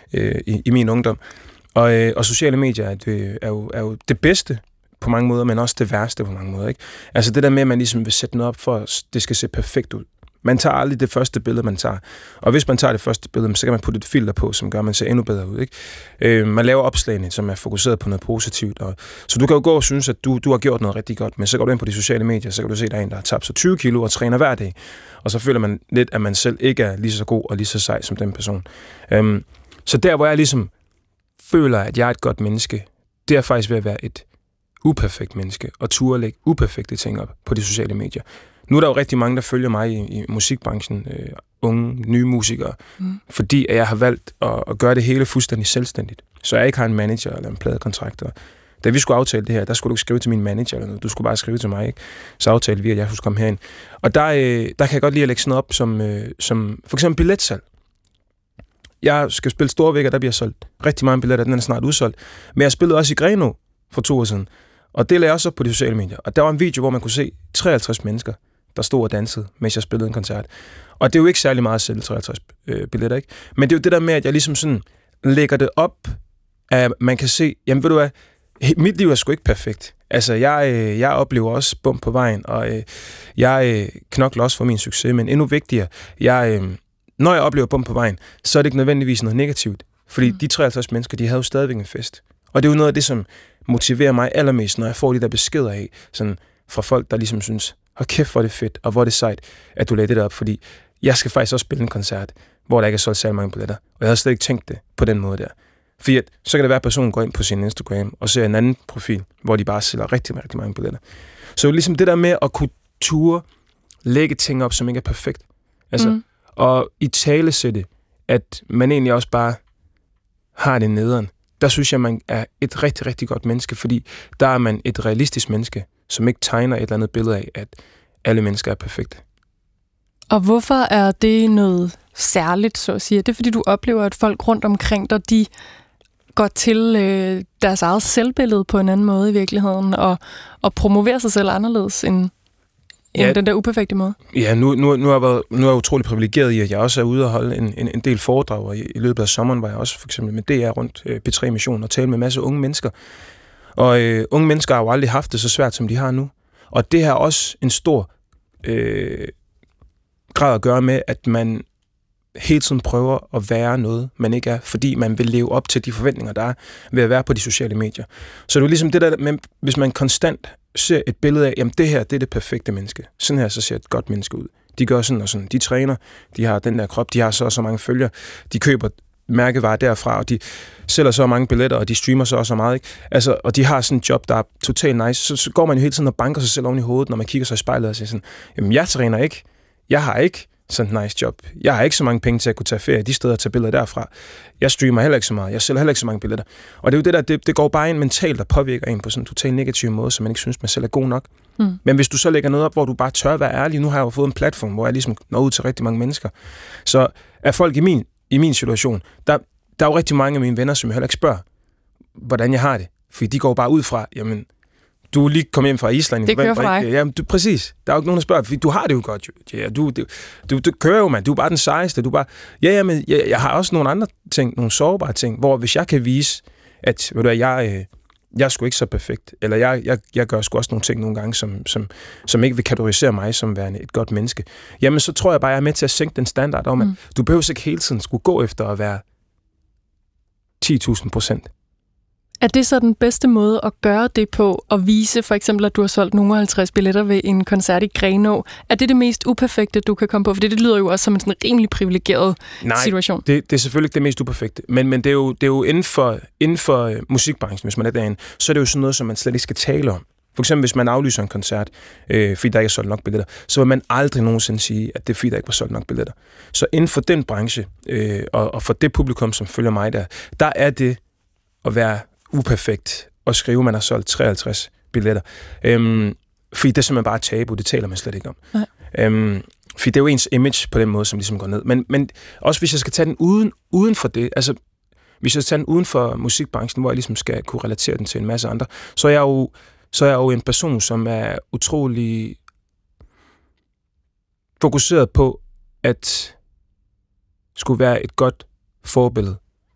i min ungdom. Og sociale medier er jo det bedste på mange måder, men også det værste på mange måder, ikke? Altså det der med, at man ligesom vil sætte noget op for, at det skal se perfekt ud. Man tager aldrig det første billede, man tager. Og hvis man tager det første billede, så kan man putte et filter på, som gør, at man ser endnu bedre ud, ikke? Man laver opslagene, som er fokuseret på noget positivt. Så du kan jo gå og synes, at du har gjort noget rigtig godt, men så går du ind på de sociale medier, så kan du se, at der er en, der har tabt sig 20 kilo og træner hver dag. Og så føler man lidt, at man selv ikke er lige så god og lige så sej som den person. Så der, hvor jeg ligesom føler, at jeg er et godt menneske, det er faktisk ved at være et uperfekt menneske, og turde lægge uperfekte ting op på de sociale medier. Nu er der jo rigtig mange, der følger mig i musikbranchen, unge, nye musikere, fordi at jeg har valgt at gøre det hele fuldstændig selvstændigt. Så jeg ikke har en manager eller en pladekontrakt. Da vi skulle aftale det her, der skulle du ikke skrive til min manager eller noget. Du skulle bare skrive til mig, ikke? Så aftalte vi, at jeg skulle komme herind. Og der kan jeg godt lide at lægge sådan op som for eksempel billetsalg. Jeg skal spille Storvægger, der bliver solgt rigtig mange billetter, den er snart udsolgt. Men jeg spillede også i Grenå for 2 år siden. Og det lagde jeg også op på de sociale medier. Og der var en video, hvor man kunne se 53 mennesker, der stod og dansede, mens jeg spillede en koncert. Og det er jo ikke særlig meget at sælge 53 billetter, ikke? Men det er jo det der med, at jeg ligesom sådan lægger det op, at man kan se, jamen ved du hvad, mit liv er sgu ikke perfekt. Altså, jeg oplever også bump på vejen, og jeg knokler også for min succes, men endnu vigtigere, når jeg oplever bump på vejen, så er det ikke nødvendigvis noget negativt. Fordi de 53 mennesker, de havde jo stadigvæk en fest. Og det er jo noget af det, som motiverer mig allermest, når jeg får de der beskeder af, sådan fra folk, der ligesom synes, hold kæft, hvor er det fedt, og hvor er det sejt, at du lagde det der op, fordi jeg skal faktisk også spille en koncert, hvor der ikke er solgt særlig mange billetter. Og jeg havde slet ikke tænkt det på den måde der. Fordi så kan det være, at personen går ind på sin Instagram og ser en anden profil, hvor de bare sælger rigtig, rigtig mange billetter. Så ligesom det der med at kunne ture, lægge ting op, som ikke er perfekt. Altså, og i talesætte, at man egentlig også bare har det nederen. Der synes jeg, man er et rigtig, rigtig godt menneske, fordi der er man et realistisk menneske, som ikke tegner et eller andet billede af, at alle mennesker er perfekte. Og hvorfor er det noget særligt, så at sige? Det er, fordi du oplever, at folk rundt omkring dig, de går til deres eget selvbillede på en anden måde i virkeligheden, og promoverer sig selv anderledes end den der uperfekte måde? Ja, nu er jeg utrolig privilegeret i, at jeg også er ude og holde en del foredrag, og i løbet af sommeren var jeg også for eksempel med DR rundt P3 Mission og tale med en masse unge mennesker. Og unge mennesker har jo aldrig haft det så svært, som de har nu. Og det har også en stor grad at gøre med, at man hele tiden prøver at være noget, man ikke er, fordi man vil leve op til de forventninger, der er ved at være på de sociale medier. Så det er jo ligesom det der, med, hvis man konstant ser et billede af, jamen det her, det er det perfekte menneske. Sådan her, så ser et godt menneske ud. De gør sådan og sådan. De træner, de har den der krop, de har så mange følgere, de køber mærkevarer derfra, og de sælger så mange billetter, og de streamer så meget, ikke? Altså, og de har sådan et job, der er totalt nice. Så går man jo hele tiden og banker sig selv oven i hovedet, når man kigger sig i spejlet og siger sådan, jamen jeg træner ikke, jeg har ikke sådan et nice job. Jeg har ikke så mange penge til at kunne tage ferie de steder og tage billeder derfra. Jeg streamer heller ikke så meget. Jeg sælger heller ikke så mange billetter. Og det er jo det der, det går bare ind mentalt, der påvirker en på sådan en totalt negativ måde, så man ikke synes, man selv er god nok. Men hvis du så lægger noget op, hvor du bare tør være ærlig, nu har jeg jo fået en platform, hvor jeg ligesom når ud til rigtig mange mennesker. Så er folk i min situation, der er jo rigtig mange af mine venner, som jeg heller ikke spørger, hvordan jeg har det. Fordi de går bare ud fra, jamen, du er lige kommet hjem fra Island. Det kører for dig. Jamen, præcis. Der er jo ikke nogen, der spørger, fordi du har det jo godt. Ja, du kører jo, mand. Du er bare den sejeste. Du er bare, men jeg har også nogle andre ting, nogle sårbare ting, hvor hvis jeg kan vise, at ved du, jeg er sgu ikke så perfekt, eller jeg gør sgu også nogle ting nogle gange, som ikke vil kategorisere mig som værende et godt menneske, jamen så tror jeg bare, jeg er med til at sænke den standard om, at du behøver ikke hele tiden skulle gå efter at være 10.000%. Er det så den bedste måde at gøre det på, at vise for eksempel, at du har solgt nogle 50 billetter ved en koncert i Grenaa? Er det det mest uperfekte, du kan komme på? For det lyder jo også som en sådan rimelig privilegeret situation. Nej, det er selvfølgelig ikke det mest uperfekte. Men det er jo inden for musikbranchen, hvis man er derinde, så er det jo sådan noget, som man slet ikke skal tale om. For eksempel, hvis man aflyser en koncert, fordi der ikke er solgt nok billetter, så vil man aldrig nogensinde sige, at det er fordi, der ikke var solgt nok billetter. Så inden for den branche, og for det publikum, som følger mig der er det at være uperfekt og skrive, at man har solgt 53 billetter. Fordi det er simpelthen bare tabu, det taler man slet ikke om. Fordi det er jo ens image på den måde, som ligesom går ned. Men også hvis jeg skal tage den uden for det, altså hvis jeg skal tage den uden for musikbranchen, hvor jeg ligesom skal kunne relatere den til en masse andre, så er jeg jo en person, som er utrolig fokuseret på at skulle være et godt forbillede.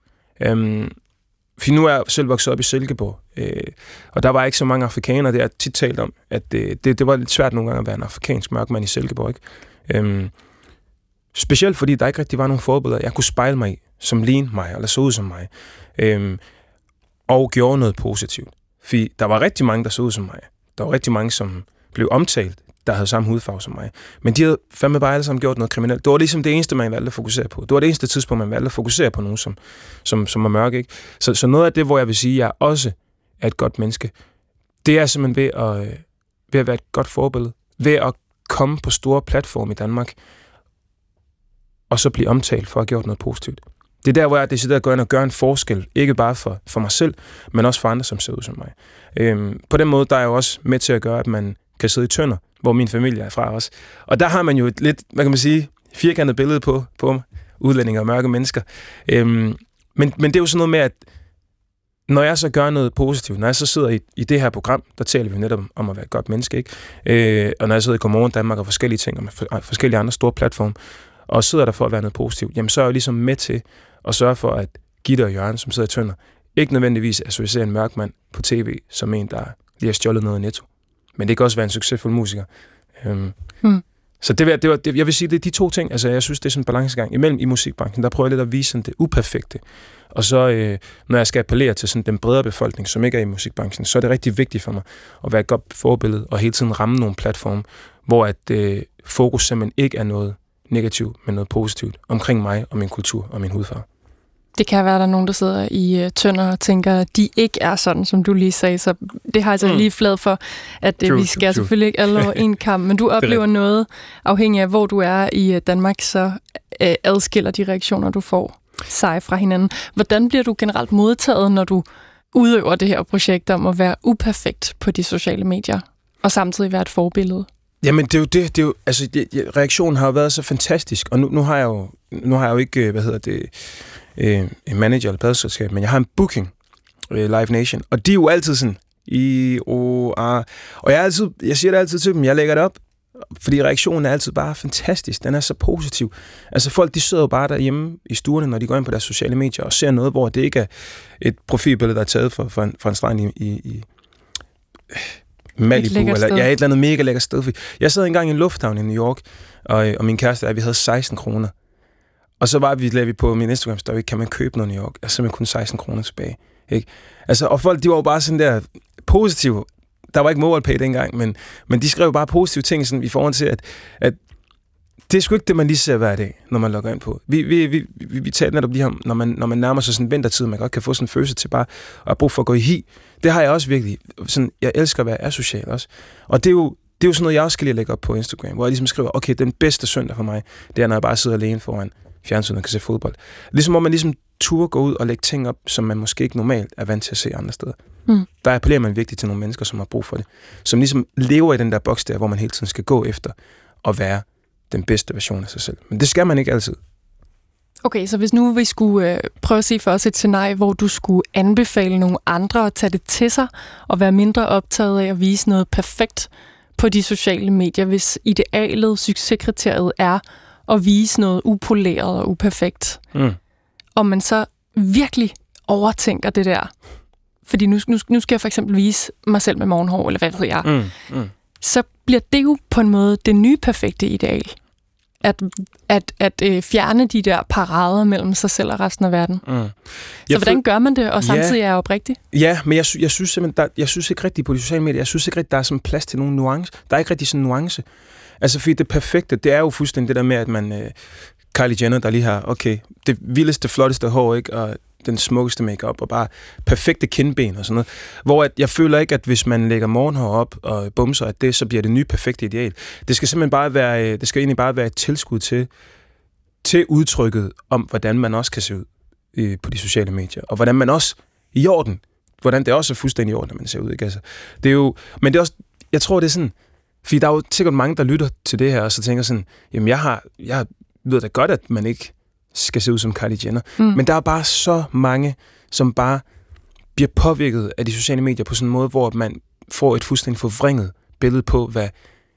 For nu er jeg selv vokset op i Silkeborg, og der var ikke så mange afrikanere, det er tit talt om, at det var lidt svært nogle gange at være en afrikansk mørkmand i Silkeborg, ikke? Specielt fordi der ikke rigtig var nogen forbilleder, jeg kunne spejle mig i, som lignede mig, eller så ud som mig, og gjorde noget positivt. Fordi der var rigtig mange, der så ud som mig. Der var rigtig mange, som blev omtalt, der havde samme hudfarve som mig. Men de havde fandme bare alle sammen gjort noget kriminelt. Det var ligesom det eneste, man valgte at fokusere på. Det var det eneste tidspunkt, man valgte at fokusere på nogen, som var mørke, ikke? Så noget af det, hvor jeg vil sige, at jeg også er et godt menneske, det er simpelthen ved at være et godt forbillede. Ved at komme på store platforme i Danmark, og så blive omtalt for at have gjort noget positivt. Det er der, hvor jeg deciderer at gå ind og gøre en forskel. Ikke bare for mig selv, men også for andre, som ser ud som mig. På den måde, der er jeg jo også med til at gøre, at man kan sidde i Tønder, hvor min familie er fra også. Og der har man jo et lidt, hvad kan man sige, firkantet billede på udlændinge og mørke mennesker. Men det er jo sådan noget med, at når jeg så gør noget positivt, når jeg så sidder i det her program, der taler vi netop om at være et godt menneske, ikke? Og når jeg sidder i Godmorgen Danmark og forskellige ting, og forskellige andre store platforme, og sidder der for at være noget positivt, jamen så er jeg jo ligesom med til at sørge for, at Gitte og Jørgen, som sidder i Tønder, ikke nødvendigvis associere en mørk mand på tv som en, der lige har stjålet noget i Netto. Men det kan også være en succesfuld musiker. Så jeg vil sige, det er de to ting. Altså, jeg synes, det er sådan en balancegang imellem i musikbranchen. Der prøver jeg lidt at vise sådan det uperfekte. Og så, når jeg skal appellere til sådan den bredere befolkning, som ikke er i musikbranchen, så er det rigtig vigtigt for mig at være et godt forbillede og hele tiden ramme nogle platforme, hvor at fokus simpelthen ikke er noget negativt, men noget positivt omkring mig og min kultur og min hudfarve. Det kan være, at der er nogen, der sidder i Tønder og tænker, at de ikke er sådan, som du lige sagde. Så det har altså lige flad for, at vi skal selvfølgelig ikke alle over en kamp. Men du oplever noget, afhængig af, hvor du er i Danmark, så adskiller de reaktioner, du får sig fra hinanden. Hvordan bliver du generelt modtaget, når du udøver det her projekt om at være uperfekt på de sociale medier, og samtidig være et forbillede? Jamen, det er jo altså, reaktionen har jo været så fantastisk, og nu har jeg jo ikke, en manager eller pladeselskab, men jeg har en booking, Live Nation, og de er jo altid sådan, og jeg siger det altid til dem, jeg lægger det op, fordi reaktionen er altid bare fantastisk, den er så positiv. Altså folk, de sidder jo bare derhjemme i stuerne, når de går ind på deres sociale medier, og ser noget, hvor det ikke er et profilbillede, der er taget fra en strand i Malibu, eller et eller andet mega lækkert sted. Jeg sad engang i en lufthavn i New York, og min kæreste, vi havde 16 kroner. Og så lavede vi på min Instagram-story, kan man købe noget i New York? Altså simpelthen kun 16 kroner tilbage. Ikke? Altså, og folk, de var jo bare sådan der positive. Der var ikke MobilePay dengang, men de skrev bare positive ting sådan, i forhold til, at det er sgu ikke det, man lige ser hver dag, når man logger ind på. Vi taler netop lige om, når man nærmer sig sådan en vintertid, man godt kan få sådan en følelse til bare at have brug for at gå i hi. Det har jeg også virkelig. Sådan, jeg elsker at være asocial også. Og det er jo sådan noget, jeg også skal lige lægge op på Instagram, hvor jeg ligesom skriver, okay, den bedste søndag for mig, det er, når jeg bare sidder alene foran fjernsynet og kan se fodbold. Ligesom om man ligesom turde gå ud og lægge ting op, som man måske ikke normalt er vant til at se andre steder. Der appellerer man virkelig til nogle mennesker, som har brug for det. Som ligesom lever i den der boks der, hvor man hele tiden skal gå efter at være den bedste version af sig selv. Men det skal man ikke altid. Okay, så hvis nu vi skulle prøve at se for os et scenarie, hvor du skulle anbefale nogle andre at tage det til sig, og være mindre optaget af at vise noget perfekt på de sociale medier, hvis idealet, succeskriteriet er at vise noget upoleret og uperfekt. Og man så virkelig overtænker det der. Fordi nu skal jeg for eksempel vise mig selv med morgenhår, eller hvad ved jeg. Så bliver det jo på en måde det nye perfekte ideal. At fjerne de der parader mellem sig selv og resten af verden. Så hvordan gør man det, og samtidig er oprigtig? Ja, men jeg synes simpelthen, jeg synes ikke rigtigt på de sociale medier, jeg synes ikke rigtigt, der er sådan plads til nogen nuance. Der er ikke rigtig sådan en nuance. Altså, fordi det perfekte, det er jo fuldstændig det der med, at man... Kylie Jenner, der lige har, okay, det vildeste, flotteste hår, ikke? Og den smukkeste makeup og bare perfekte kindben og sådan noget. Hvor jeg føler ikke, at hvis man lægger morgenhår op og bumser, at det så bliver det nye perfekte ideal. Det skal simpelthen bare være, det skal egentlig bare være et tilskud til udtrykket om, hvordan man også kan se ud på de sociale medier. Og hvordan man også i orden, hvordan det også er fuldstændig i orden, at man ser ud. Ikke? Altså, det er jo, men det er også, jeg tror, det er sådan, fordi der er jo sikkert mange, der lytter til det her, og så tænker sådan, jamen jeg ved da godt, at man ikke skal se ud som Kylie Jenner. Men der er bare så mange, som bare bliver påvirket af de sociale medier på sådan en måde, hvor man får et fuldstændig forvrænget billede på, hvad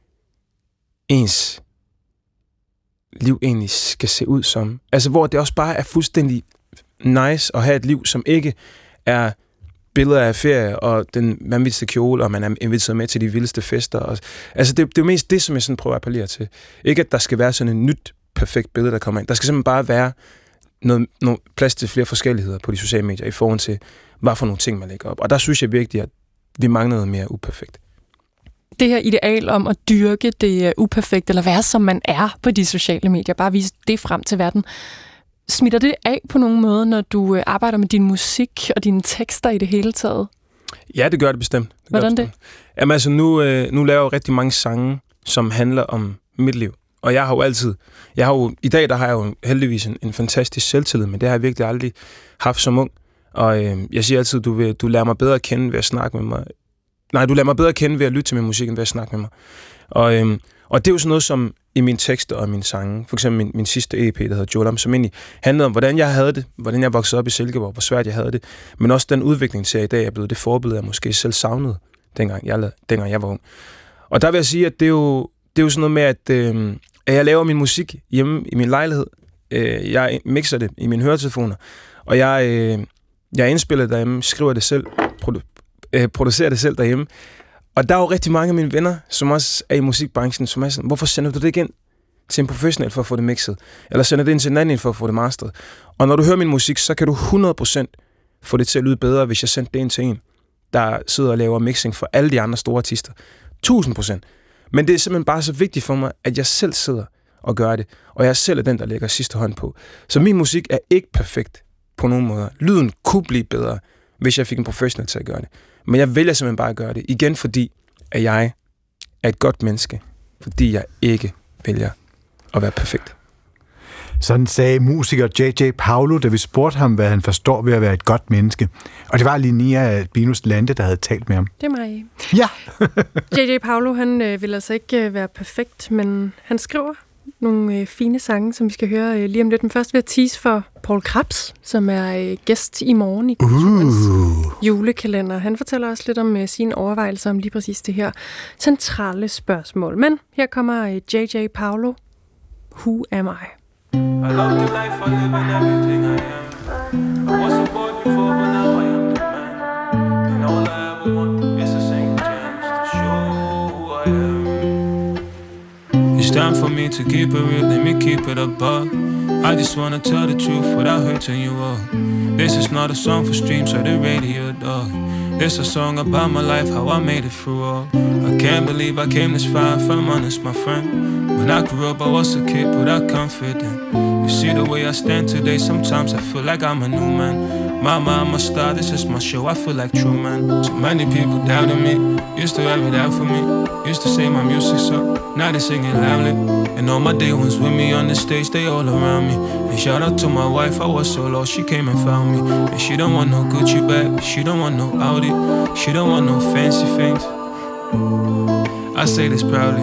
ens liv egentlig skal se ud som. Altså, hvor det også bare er fuldstændig nice at have et liv, som ikke er billeder af ferie og den vanvittigste kjole, og man er inviteret med til de vildeste fester. Og, altså, det er jo mest det, som jeg sådan prøver at appellere til. Ikke, at der skal være sådan et nyt perfekt billede, der kommer ind. Der skal simpelthen bare være noget plads til flere forskelligheder på de sociale medier i forhold til, hvad for nogle ting, man lægger op. Og der synes jeg virkelig, at vi mangler noget mere uperfekt. Det her ideal om at dyrke det uperfekte, eller være som man er på de sociale medier, bare vise det frem til verden. Smitter det af på nogen måde, når du arbejder med din musik og dine tekster i det hele taget? Ja, det gør det bestemt. Hvordan det? Jamen altså, nu laver jeg rigtig mange sange, som handler om mit liv. Og i dag der har jeg jo heldigvis en fantastisk selvtillid, men det har jeg virkelig aldrig haft som ung. Og jeg siger altid, du lærer mig bedre at kende ved at snakke med mig. Nej, du lærer mig bedre at kende ved at lytte til min musik, end ved at snakke med mig. Og det er jo sådan noget som i mine tekster og mine sange. For eksempel min sidste EP, der hedder Jolam, som egentlig handlede om, hvordan jeg havde det, hvordan jeg voksede op i Silkeborg, hvor svært jeg havde det. Men også den udvikling til, at i dag er blevet det forbillede, jeg måske selv savnede, dengang jeg var ung. Og der vil jeg sige, at det er jo sådan noget med, at jeg laver min musik hjemme i min lejlighed. Jeg mixer det i mine høretelefoner, og jeg Jeg indspiller derhjemme, skriver det selv, producerer det selv derhjemme. Og der er jo rigtig mange af mine venner, som også er i musikbranchen, som er sådan, hvorfor sender du det ikke ind til en professionel for at få det mixet? Eller sender det ind til en anden for at få det masteret? Og når du hører min musik, så kan du 100% få det til at lyde bedre, hvis jeg sendte det ind til en, der sidder og laver mixing for alle de andre store artister. 1000%. Men det er simpelthen bare så vigtigt for mig, at jeg selv sidder og gør det, og jeg selv er den, der lægger sidste hånd på. Så min musik er ikke perfekt på nogen måder. Lyden kunne blive bedre, hvis jeg fik en professionel til at gøre det. Men jeg vælger simpelthen bare at gøre det. Igen fordi, at jeg er et godt menneske. Fordi jeg ikke vælger at være perfekt. Sådan sagde musiker J.J. Paulo, da vi spurgte ham, hvad han forstår ved at være et godt menneske. Og det var Linnea Albinus Lande, der havde talt med ham. Det er mig. Ja! J.J. Paulo, han vil altså ikke være perfekt, men han skriver nogle fine sange, som vi skal høre lige om lidt. Men først vil jeg tease for Paul Krebs, som er gæst i morgen i Kulturens julekalender. Han fortæller også lidt om sine overvejelser om lige præcis det her centrale spørgsmål. Men her kommer J.J. Paulo. Who am I? I love the life I live and everything I am. I was a boy before, but now I am the man. And all I ever want is a single chance to show who I am. It's time for me to keep it real, let me keep it above. I just wanna tell the truth without hurting you all. This is not a song for streams or the radio, dog. It's a song about my life, how I made it through all. I can't believe I came this far, if I'm honest, my friend. When I grew up, I was a kid without confidence. You see the way I stand today, sometimes I feel like I'm a new man. Mama, I'm a star, this is my show, I feel like Truman. So many people doubted me, used to have it out for me. Used to say my music sucked, now they sing it loudly. And all my day ones with me on the stage, they all around me. And shout out to my wife, I was so lost, she came and found me. And she don't want no Gucci bag, she don't want no Audi, she don't want no fancy things. I say this proudly.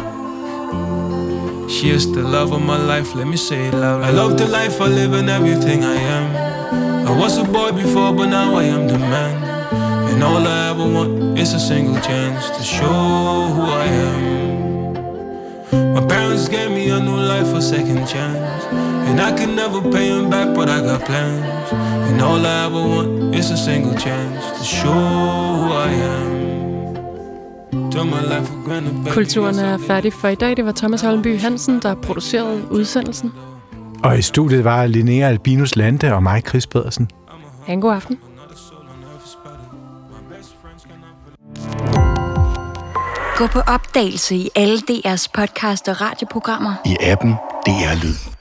She is the love of my life, let me say it loud. I love the life I live and everything I am. I was a boy before, but now I am the man. And all I ever want is a single chance to show who I am. My parents gave me a new life, a second chance. And I could never pay them back, but I got plans. And all I ever want is a single chance to show who I am. Kulturen er færdig for i dag. Det var Thomas Holmby Hansen, der producerede udsendelsen. Og i studiet var Linnea Albinus Lande og mig, Chris Pedersen. Ha' en god aften. Gå på opdagelse i alle DR's podcast og radioprogrammer. I appen DR Lyd.